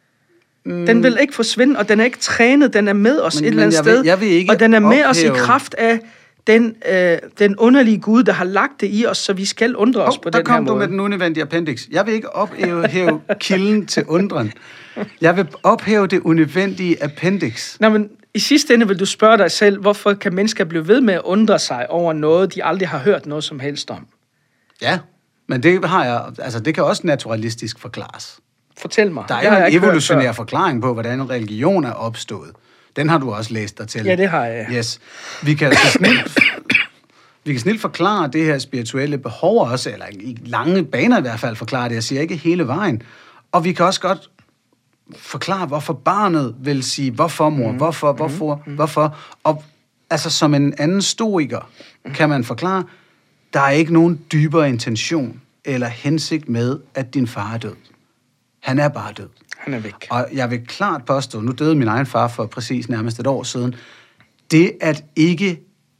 Mm. Den vil ikke forsvinde, og den er ikke trænet, den er med os men, et eller andet jeg sted, vil, jeg vil ikke og den er med ophæve... os i kraft af den, øh, den underlige Gud, der har lagt det i os, så vi skal undre os oh, på den her måde. Der kom du med den unødvendige appendix. Jeg vil ikke ophæve kilden til undren. Jeg vil ophæve det unødvendige appendix. Nå, men i sidste ende vil du spørge dig selv, hvorfor kan mennesker blive ved med at undre sig over noget, de aldrig har hørt noget som helst om? Ja, men det har jeg, altså det kan også naturalistisk forklares. Fortæl mig. Der er jo en evolutionær forklaring på, hvordan en religion er opstået. Den har du også læst dig til. Ja, det har jeg. Yes. Vi kan altså snilt, vi kan snilt forklare det her spirituelle behov også, eller i lange baner i hvert fald forklare det. Jeg siger ikke hele vejen. Og vi kan også godt forklare, hvorfor barnet vil sige, hvorfor mor, hvorfor, hvorfor, hvorfor. Og altså som en anden stoiker kan man forklare, der er ikke nogen dybere intention eller hensigt med, at din far er død. Han er bare død. Han er væk. Og jeg vil klart påstå, nu døde min egen far for præcis nærmest et år siden, det at ikke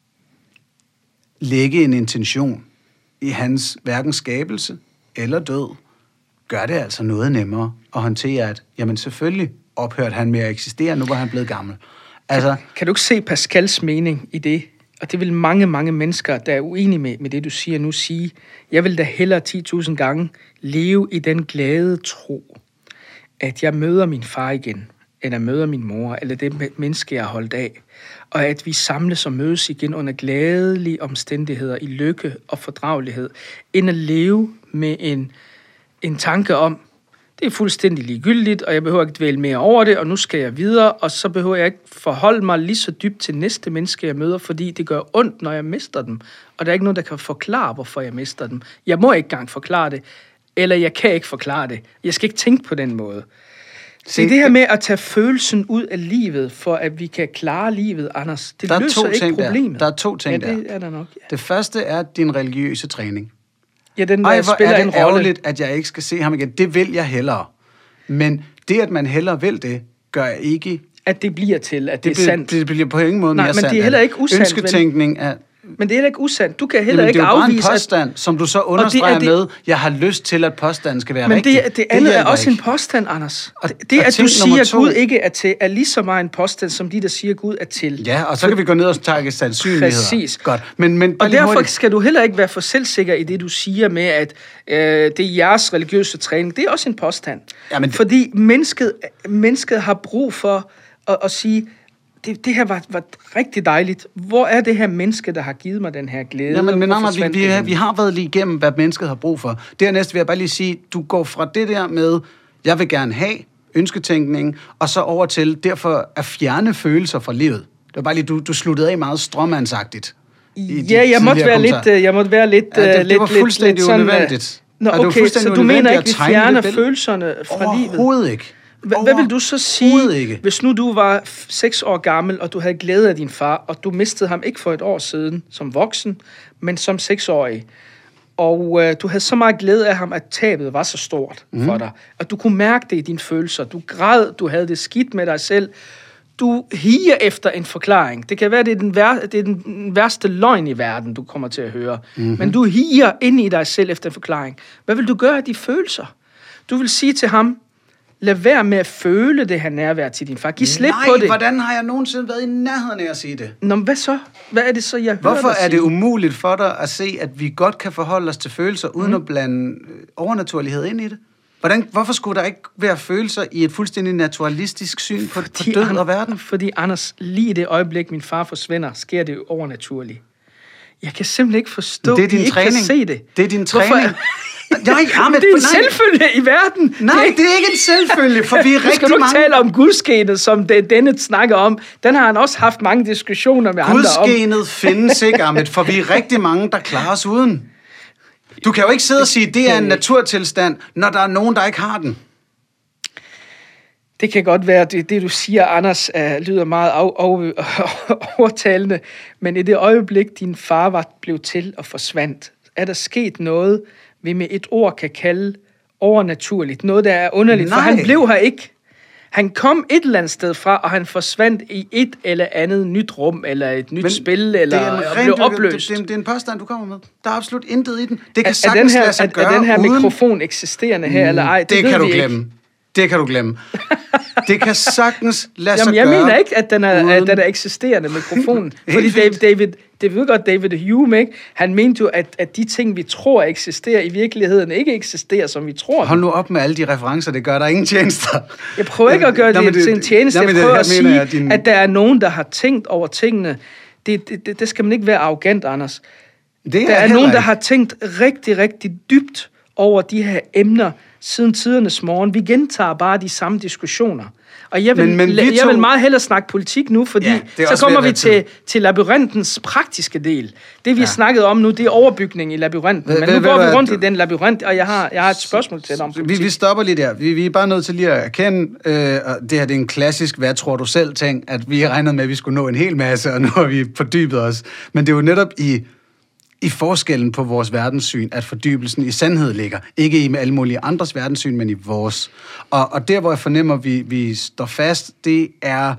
lægge en intention i hans hverken skabelse eller død, gør det altså noget nemmere at håndtere, at jamen selvfølgelig ophørte han med at eksistere, nu var han blevet gammel. Altså, kan, kan du ikke se Pascals mening i det? Og det vil mange, mange mennesker, der er uenige med, med det, du siger nu, sige. Jeg vil da hellere ti tusind gange leve i den glade tro, at jeg møder min far igen, eller møder min mor, eller det menneske, jeg har holdt af, og at vi samles og mødes igen under glædelige omstændigheder i lykke og fordragelighed, end at leve med en, en tanke om, det er fuldstændig ligegyldigt, og jeg behøver ikke dvæle mere over det, og nu skal jeg videre, og så behøver jeg ikke forholde mig lige så dybt til næste menneske, jeg møder, fordi det gør ondt, når jeg mister dem, og der er ikke nogen, der kan forklare, hvorfor jeg mister dem. Jeg må ikke engang forklare det, eller jeg kan ikke forklare det. Jeg skal ikke tænke på den måde. Se, det her med at tage følelsen ud af livet, for at vi kan klare livet, Anders, det løser ikke problemet. Der. der er to ting ja, det der. Er der nok, ja. Det første er din religiøse træning. Ja, den Ej, hvor spiller er det en rolle. ærgerligt, at jeg ikke skal se ham igen. Det vil jeg hellere. Men det, at man hellere vil det, gør jeg ikke... At det bliver til, at det, det er bliver, sandt. Det bliver på ingen måde Nej, mere men sandt. det er heller ikke usandt. Ønsketænkning er... Men det er heller ikke usandt. Du kan heller Jamen, ikke afvise... det er jo bare en påstand, at... som du så understreger det det... med, jeg har lyst til, at påstanden skal være men rigtig. Men det, det andet det er også ikke. en påstand, Anders. Og, det, og at du siger, at to... Gud ikke er til, er lige så meget en påstand, som de, der siger, at Gud er til. Ja, og så kan vi gå ned og takke sandsynligheder. Præcis. Godt. Men, men og derfor hurtigt. skal du heller ikke være for selvsikker i det, du siger med, at øh, det er jeres religiøse træning. Det er også en påstand. Ja, men... Fordi mennesket, mennesket har brug for at, at sige... Det, det her var, var rigtig dejligt. Hvor er det her menneske, der har givet mig den her glæde? Ja, men, men Anders, vi, vi, vi har været lige igennem, hvad mennesket har brug for. Dernæst vil jeg bare lige sige, du går fra det der med, jeg vil gerne have ønsketænkning, og så over til derfor at fjerne følelser fra livet. Det var bare lige, du, du sluttede af meget stråmandsagtigt. Ja, jeg måtte være lidt, jeg måtte være lidt, ja, det, det lidt, var fuldstændig lidt sådan, unødvendigt. Nå, okay, så du mener ikke, vi fjerner følelserne fra livet? Overhovedet ikke. H- hvad vil du så sige, hvis nu du var seks år gammel, og du havde glæde af din far, og du mistede ham ikke for et år siden som voksen, men som seksårig, og øh, du havde så meget glæde af ham, at tabet var så stort mm. for dig, at du kunne mærke det i dine følelser, du græd, du havde det skidt med dig selv, du higer efter en forklaring. Det kan være, det er den, vær- det er den værste løgn i verden, du kommer til at høre, mm-hmm. men du higer ind i dig selv efter en forklaring. Hvad vil du gøre af de følelser? Du vil sige til ham, lad være med at føle det her nærvær til din far. Giv slip Nej, på det. hvordan har jeg nogensinde været i nærheden af at sige det? Nå, hvad så? Hvad er det så, jeg Hvorfor hører dig er det sige? umuligt for dig at se, at vi godt kan forholde os til følelser, uden mm. at blande overnaturlighed ind i det? Hvordan, hvorfor skulle der ikke være følelser i et fuldstændig naturalistisk syn på, på død An- og verden? Fordi, Anders, lige i det øjeblik, min far forsvinder, sker det jo overnaturligt. Jeg kan simpelthen ikke forstå, det er din at I træning. ikke kan se det. Det er din træning. Hvorfor? Nej, Ahmed, det er en nej. selvfølge i verden. Nej, det er ikke en selvfølge, for vi er rigtig skal du ikke mange... tale om gudsgenet, som det, denne snakker om. Den har han også haft mange diskussioner med andre om. Gudsgenet findes ikke, Ahmed, for vi er rigtig mange, der klarer os uden. Du kan jo ikke sidde og sige, at det er en naturtilstand, når der er nogen, der ikke har den. Det kan godt være, det, det du siger, Anders, uh, lyder meget af, af, overtalende, men i det øjeblik, din far var blevet til og forsvandt, er der sket noget, vi med et ord kan kalde overnaturligt. Noget, der er underligt, Nej. for han blev her ikke. Han kom et eller andet sted fra, og han forsvandt i et eller andet nyt rum, eller et nyt men spil, eller blev opløst. Det, det, det er en påstand, du kommer med. Der er absolut intet i den. Det kan er, sagtens er den her, lade sig gøre er, er den her uden... mikrofon eksisterende her, eller ej? Det, det ved kan du vi glemme. Ikke. Det kan du glemme. Det kan sagtens lade sig Jamen, jeg gøre. mener ikke, at den er, uden... at den er eksisterende, mikrofonen. Fordi David, David, det ved godt, David Hume, ikke? Han mente jo, at, at de ting, vi tror eksisterer, i virkeligheden ikke eksisterer, som vi tror. Hold nu op med alle de referencer, det gør der ingen tjenester. Jeg prøver ikke at gøre det, det til en tjeneste. Jeg prøver at sige, jeg, din... at der er nogen, der har tænkt over tingene. Det, det, det, det skal man ikke være arrogant, Anders. Det er der er nogen, der ikke. har tænkt rigtig, rigtig dybt over de her emner siden tidernes morgen. Vi gentager bare de samme diskussioner. Og jeg vil, men, men jeg to... vil meget hellere snakke politik nu, fordi ja, så kommer vi til, til labyrintens praktiske del. Det vi ja. snakket om nu, det er overbygning i labyrinten. Men nu går vi rundt i den labyrint, og jeg har, jeg har et spørgsmål til dig om politik. Vi, vi stopper lige der. Vi, vi er bare nødt til lige at erkende, øh, og det her det er en klassisk, hvad tror du selv ting, at vi regnede med, at vi skulle nå en hel masse, og nu har vi fordybet os. Men det er jo netop i... i forskellen på vores verdenssyn, at fordybelsen i sandhed ligger. Ikke i med alle mulige andres verdenssyn, men i vores. Og, og der, hvor jeg fornemmer, at vi, vi står fast, det er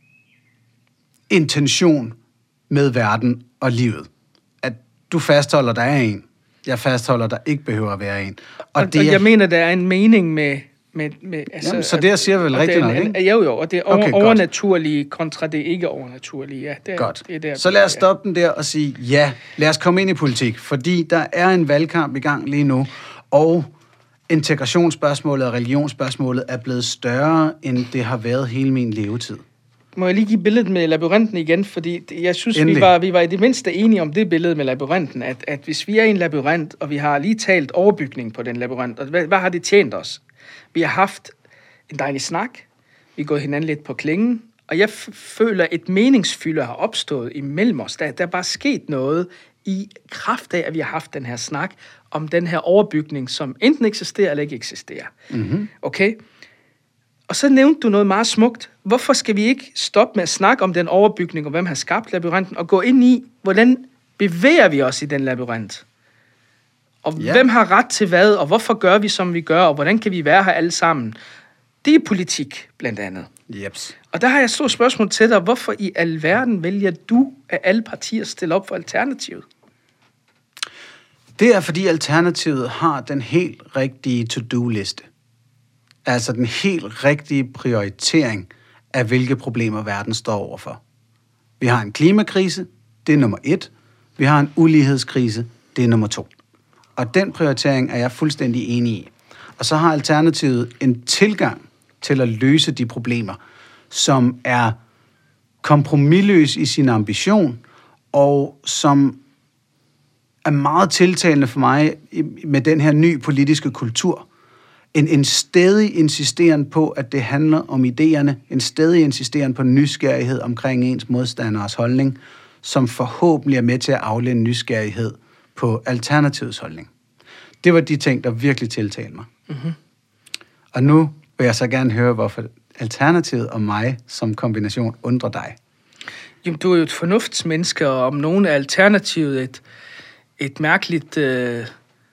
intention med verden og livet. At du fastholder, der er en. Jeg fastholder, der ikke behøver at være en. Og, og, det og er... jeg mener, der er en mening med... Med, med, altså, Jamen, så det, jeg siger, vel rigtigt nok, ikke? Jo, jo, og det er over, okay, overnaturlige kontra det ikke overnaturlige. Ja, det er, godt. Det er der, så lad os stoppe den der og sige, ja, lad os komme ind i politik, fordi der er en valgkamp i gang lige nu, og integrationsspørgsmålet og religionsspørgsmålet er blevet større, end det har været hele min levetid. Må jeg lige give billedet med labyrinten igen, fordi jeg synes, vi var, vi var i det mindste enige om det billede med labyrinten, at, at hvis vi er i en labyrint, og vi har lige talt overbygning på den labyrint, og hvad, hvad har det tjent os? Vi har haft en dejlig snak, vi er gået hinanden lidt på klingen, og jeg f- føler, at et meningsfylde har opstået imellem os. Der, der er bare sket noget i kraft af, at vi har haft den her snak om den her overbygning, som enten eksisterer eller ikke eksisterer. Mm-hmm. Okay? Og så nævnte du noget meget smukt. Hvorfor skal vi ikke stoppe med at snakke om den overbygning, og hvem har skabt labyrinten, og gå ind i, hvordan bevæger vi os i den labyrint? Og ja. Hvem har ret til hvad, og hvorfor gør vi, som vi gør, og hvordan kan vi være her alle sammen? Det er politik, blandt andet. Jeps. Og der har jeg et stort spørgsmål til dig. Hvorfor i alverden vælger du af alle partier at stille op for Alternativet? Det er, fordi Alternativet har den helt rigtige to-do-liste. Altså den helt rigtige prioritering af, hvilke problemer verden står overfor. Vi har en klimakrise, det er nummer et. Vi har en ulighedskrise, det er nummer to. Og den prioritering er jeg fuldstændig enig i. Og så har Alternativet en tilgang til at løse de problemer, som er kompromisløs i sin ambition, og som er meget tiltalende for mig med den her nye politiske kultur. En, en stædig insisteren på, at det handler om idéerne, en stædig insisteren på nysgerrighed omkring ens modstanderes holdning, som forhåbentlig er med til at aflede nysgerrighed på Alternativets holdning. Det var de ting, der virkelig tiltalte mig. Mm-hmm. Og nu vil jeg så gerne høre, hvorfor Alternativet og mig som kombination undrer dig. Jamen, du er jo et fornuftsmenneske, og om nogen er Alternativet et, et mærkeligt øh,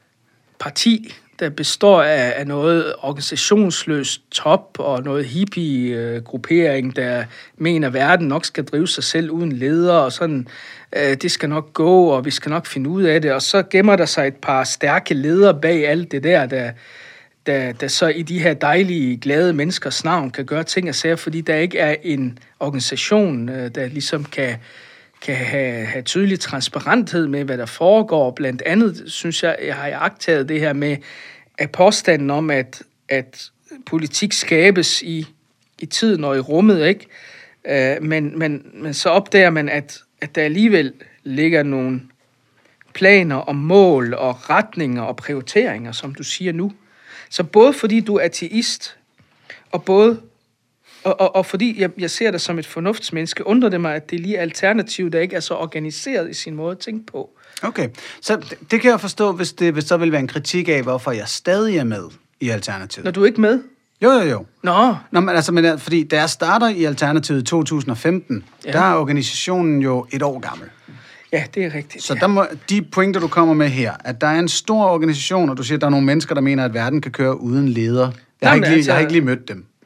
parti, der består af, af noget organisationsløst top og noget hippie-gruppering, der mener, at verden nok skal drive sig selv uden leder, og sådan, øh, det skal nok gå, og vi skal nok finde ud af det. Og så gemmer der sig et par stærke ledere bag alt det der, der, der, der så i de her dejlige, glade menneskers navn kan gøre ting og sager, fordi der ikke er en organisation, der ligesom kan... kan have, have tydelig transparenthed med, hvad der foregår. Blandt andet, synes jeg, jeg har iagttaget det her med at påstanden om, at, at politik skabes i, i tiden og i rummet, ikke? Uh, men, men, men så opdager man, at, at der alligevel ligger nogle planer og mål og retninger og prioriteringer, som du siger nu. Så både fordi du er ateist, og både Og, og, og fordi jeg, jeg ser dig som et fornuftsmenneske, undrer det mig, at det er lige Alternativ, der ikke er så organiseret i sin måde at tænke på. Okay, så det, det kan jeg forstå, hvis det hvis så vil være en kritik af, hvorfor jeg stadig er med i Alternativet. Når du er ikke med? Jo, jo, jo. Nå. Nå, men altså, men, fordi da jeg starter i Alternativet i to tusind og femten, ja. Der er organisationen jo et år gammel. Ja, det er rigtigt. Så ja. der må, de pointer, du kommer med her, at der er en stor organisation, og du siger, at der er nogle mennesker, der mener, at verden kan køre uden leder. Jeg, har, ikke lige, altså, jeg har ikke lige mødt dem.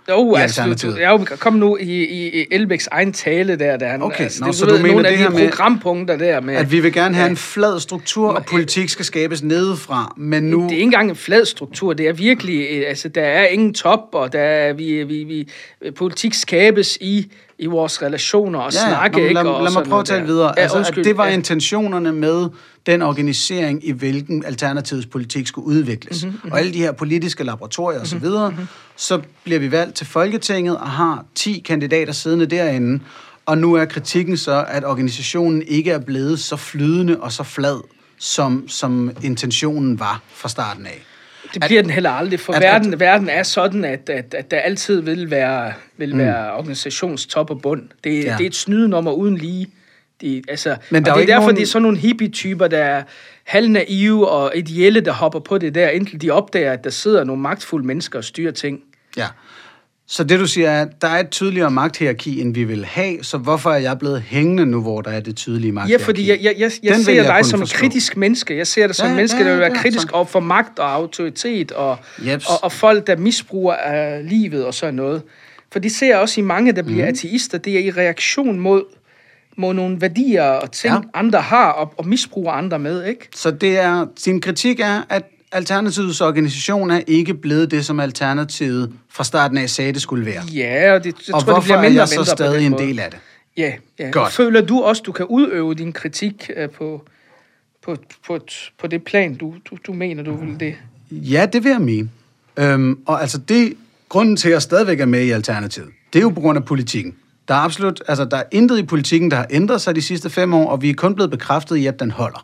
Jo, altså, du, jeg kom nu i, i, i Elbæks egen tale der. der han, okay, altså, nå, det, så du du ved, mener nogle det af her de med, programpunkter der med... At vi vil gerne have ja, en flad struktur, og politik skal skabes nedefra, men nu... Det er ikke engang en flad struktur, det er virkelig... Altså, der er ingen top, og der er, vi, vi, vi, politik skabes i... i vores relationer og ja, snakke, lad, ikke? Lad, og lad mig prøve at tale videre. Ja, altså, undskyld, at det var ja. intentionerne med den organisering, i hvilken Alternativets politik skulle udvikles. Mm-hmm, mm-hmm. Og alle de her politiske laboratorier osv., mm-hmm. så, så bliver vi valgt til Folketinget og har ti kandidater siddende derinde, og nu er kritikken så, at organisationen ikke er blevet så flydende og så flad, som, som intentionen var fra starten af. Det bliver at, den heller aldrig, for at, verden, at, verden er sådan, at, at, at der altid vil være, vil mm. være organisationstop og bund. Det, ja. det er et snydenummer uden lige. Det, altså, Men der og det er derfor, nogen... det er sådan nogle hippie-typer, der er halvnaive og ideelle, der hopper på det der, indtil de opdager, at der sidder nogle magtfulde mennesker og styrer ting. Ja. Så det, du siger, er, at der er et tydeligere magthierarki, end vi vil have, så hvorfor er jeg blevet hængende nu, hvor der er det tydelige magthierarki? Ja, fordi jeg, jeg, jeg, jeg ser jeg dig som forstå. en kritisk menneske. Jeg ser dig som ja, en menneske, ja, der vil være ja, kritisk over for magt og autoritet, og, og, og folk, der misbruger af livet og sådan noget. For det ser jeg også i mange, der bliver mm. ateister. Det er i reaktion mod, mod nogle værdier og ting, ja. andre har, og, og misbruger andre med, ikke? Så det er, sin kritik er, at Alternativets organisation er ikke blevet det, som Alternativet fra starten af sagde, det skulle være. Ja, og det, jeg og tror, det bliver mindre og mindre. Og hvorfor er jeg så stadig en del af det? Ja, ja. Godt. Føler du også, du kan udøve din kritik uh, på, på, på, på det plan, du, du, du mener, du vil det? Ja, det vil jeg mene. Øhm, og altså det, grunden til, at jeg stadigvæk er med i Alternativet, det er jo på grund af politikken. Der er absolut, altså der er intet i politikken, der har ændret sig de sidste fem år, og vi er kun blevet bekræftet i, at den holder.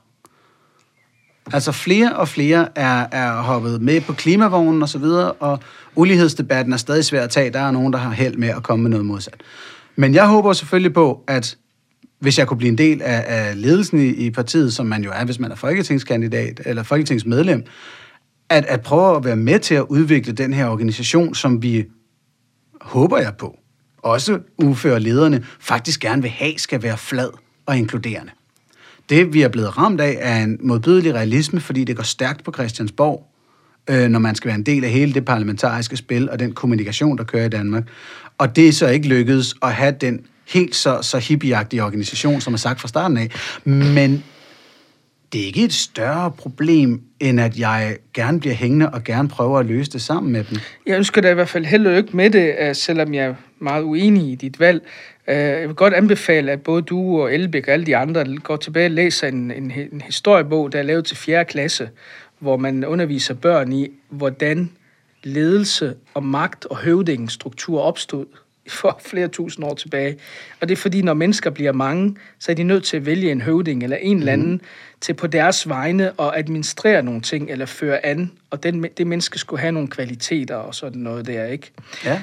Altså flere og flere er, er hoppet med på klimavognen og så videre, og ulighedsdebatten er stadig svær at tage. Der er nogen, der har held med at komme med noget modsat. Men jeg håber selvfølgelig på, at hvis jeg kunne blive en del af, af ledelsen i, i partiet, som man jo er, hvis man er folketingskandidat eller folketingsmedlem, at, at prøve at være med til at udvikle den her organisation, som vi, håber jeg på, også udfører lederne, faktisk gerne vil have, skal være flad og inkluderende. Det, vi er blevet ramt af, er en modbydelig realisme, fordi det går stærkt på Christiansborg, øh, når man skal være en del af hele det parlamentariske spil og den kommunikation, der kører i Danmark. Og det er så ikke lykkedes at have den helt så, så hippieagtige organisation, som er sagt fra starten af. Men det er ikke et større problem, end at jeg gerne bliver hængende og gerne prøver at løse det sammen med dem. Jeg ønsker dig i hvert fald held og lykke med det, selvom jeg er meget uenig i dit valg. Jeg vil godt anbefale, at både du og Elbæk og alle de andre går tilbage og læser en, en, en historiebog, der er lavet til fjerde klasse, hvor man underviser børn i, hvordan ledelse og magt og høvdingestruktur opstod for flere tusind år tilbage. Og det er fordi, når mennesker bliver mange, så er de nødt til at vælge en høvding eller en eller anden mm. til på deres vegne at administrere nogle ting eller føre an. Og den, det menneske skulle have nogle kvaliteter og sådan noget der, ikke? Ja.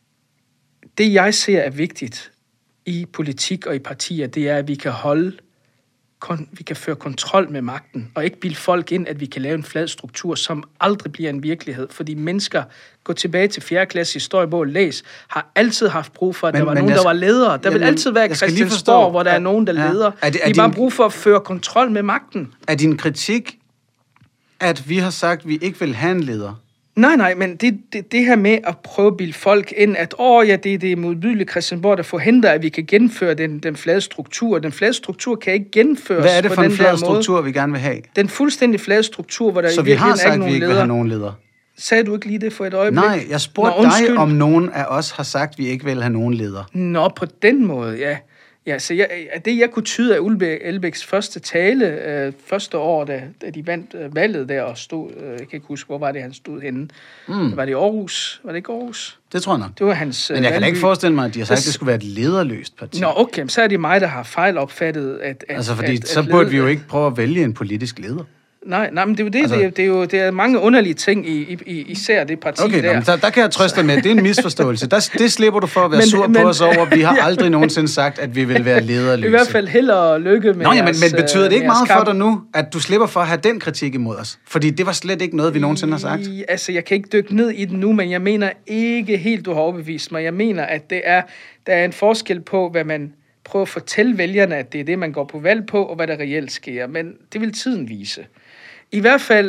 Det, jeg ser er vigtigt i politik og i partier, det er, at vi kan holde, kon, vi kan føre kontrol med magten, og ikke bilde folk ind, at vi kan lave en flad struktur, som aldrig bliver en virkelighed. Fordi mennesker, gå tilbage til fjerde klasse historiebog og læs, har altid haft brug for, at men, der var nogen, der var ledere. Der jamen, vil altid være Christiansborg, hvor der er nogen, der ja, leder. Er det, er de har din, brug for at føre kontrol med magten. Er din kritik, at vi har sagt, at vi ikke vil have en leder? Nej, nej, men det, det, det her med at prøve at bilde folk ind, at åh ja, det, det er modbydeligt Christiansborg, der forhindrer, at vi kan gennemføre den, den flade struktur. Den flade struktur kan ikke gennemføres. Hvad er det for en flad struktur, måde. vi gerne vil have? Den fuldstændig flade struktur, hvor der så i virkeligheden sagt, er ikke nogen leder. Så vi har sagt, at vi ikke vil have nogen leder? Sagde du ikke lige det for et øjeblik? Nej, jeg spurgte Nå, dig, om nogen af os har sagt, at vi ikke vil have nogen leder. Nå, på den måde, ja. Ja, så jeg, det jeg kunne tyde af Ulbæk Elbæks første tale, øh, første år, da, da de vandt øh, valget der og stod, øh, jeg kan ikke huske, hvor var det, han stod henne. Mm. Var det i Aarhus? Var det ikke Aarhus? Det tror jeg nok. Det var hans... Men jeg kan da ikke forestille mig, at de har sagt, at det skulle være et lederløst parti. Nå, okay, så er det mig, der har fejlopfattet, at... at altså, fordi at, så at burde lede, vi jo ikke prøve at vælge en politisk leder. Nej, nej, men det er jo det, altså, det, er, det er jo det er mange underlige ting i, i især det parti okay, der. Okay, der, der kan jeg trøste dig med, det er en misforståelse. Der, det slipper du for at være men, sur men, på os over. Vi har aldrig nogensinde sagt, at vi vil være lederløse. I hvert fald held og lykke med Nå, ja, men, jeres, men betyder det ikke meget kamp? for dig nu, at du slipper for at have den kritik imod os? Fordi det var slet ikke noget, vi nogensinde har sagt. I, altså, jeg kan ikke dykke ned i den nu, men jeg mener ikke helt, du har overbevist mig. Jeg mener, at det er, der er en forskel på, hvad man prøver at fortælle vælgerne, at det er det, man går på valg på, og hvad der reelt sker. Men det vil tiden vise. I hvert fald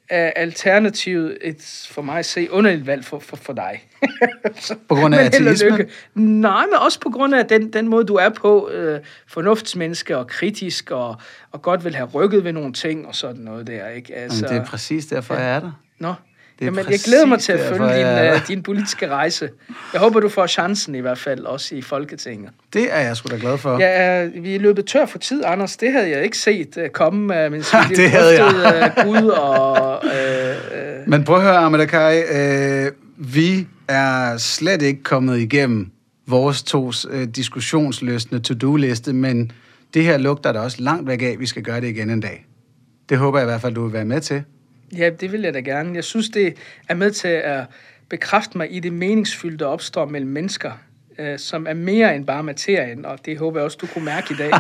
er Alternativet et, for mig at se, underligt valg for, for, for dig. Så, på grund af ateismen? Nej, men også på grund af den, den måde, du er på, øh, fornuftsmenneske og kritisk, og, og godt vil have rykket ved nogle ting, og sådan noget der, ikke? Altså, jamen, det er præcis derfor, ja. jeg er der. Nå, jamen, jeg glæder mig til at følge derfor, din, uh, din politiske rejse. Jeg håber, du får chancen i hvert fald, også i Folketinget. Det er jeg sgu da glad for. Ja, vi er løbet tør for tid, Anders. Det havde jeg ikke set uh, komme, uh, mens vi det havde jeg. Uh, Gud og... Uh, uh, Men prøv at høre, Ahmed Akkari, øh, vi er slet ikke kommet igennem vores tos øh, diskussionsløsende to-do-liste, men det her lugter der også langt væk af, vi skal gøre det igen en dag. Det håber jeg i hvert fald, du vil være med til. Ja, det vil jeg da gerne. Jeg synes, det er med til at bekræfte mig i det meningsfyldte, der opstår mellem mennesker, øh, som er mere end bare materien, og det håber jeg også, du kunne mærke i dag.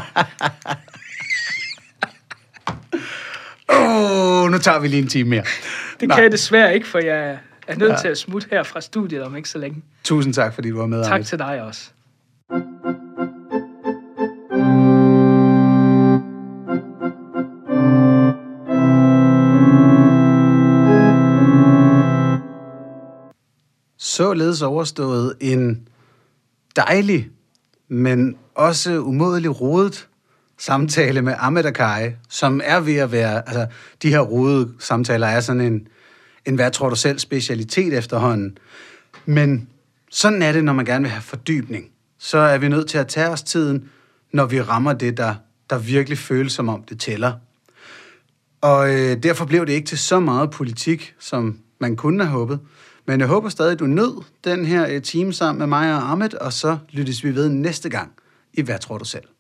Åh, oh, nu tager vi lige en time mere. Det Nej. kan jeg desværre ikke, for jeg er nødt ja. til at smutte her fra studiet om ikke så længe. Tusind tak, fordi du var med, Tak Ahmed. til dig også. Således overstået en dejlig, men også umådelig rodet samtale med Ahmed Akkari, som er ved at være, altså de her rodede samtaler er sådan en, en hvad tror du selv, specialitet efterhånden. Men sådan er det, når man gerne vil have fordybning. Så er vi nødt til at tage os tiden, når vi rammer det, der, der virkelig føles som om det tæller. Og øh, derfor blev det ikke til så meget politik, som man kunne have håbet. Men jeg håber stadig, du nød den her time sammen med mig og Ahmed, og så lyttes vi ved næste gang i Hvad tror du selv?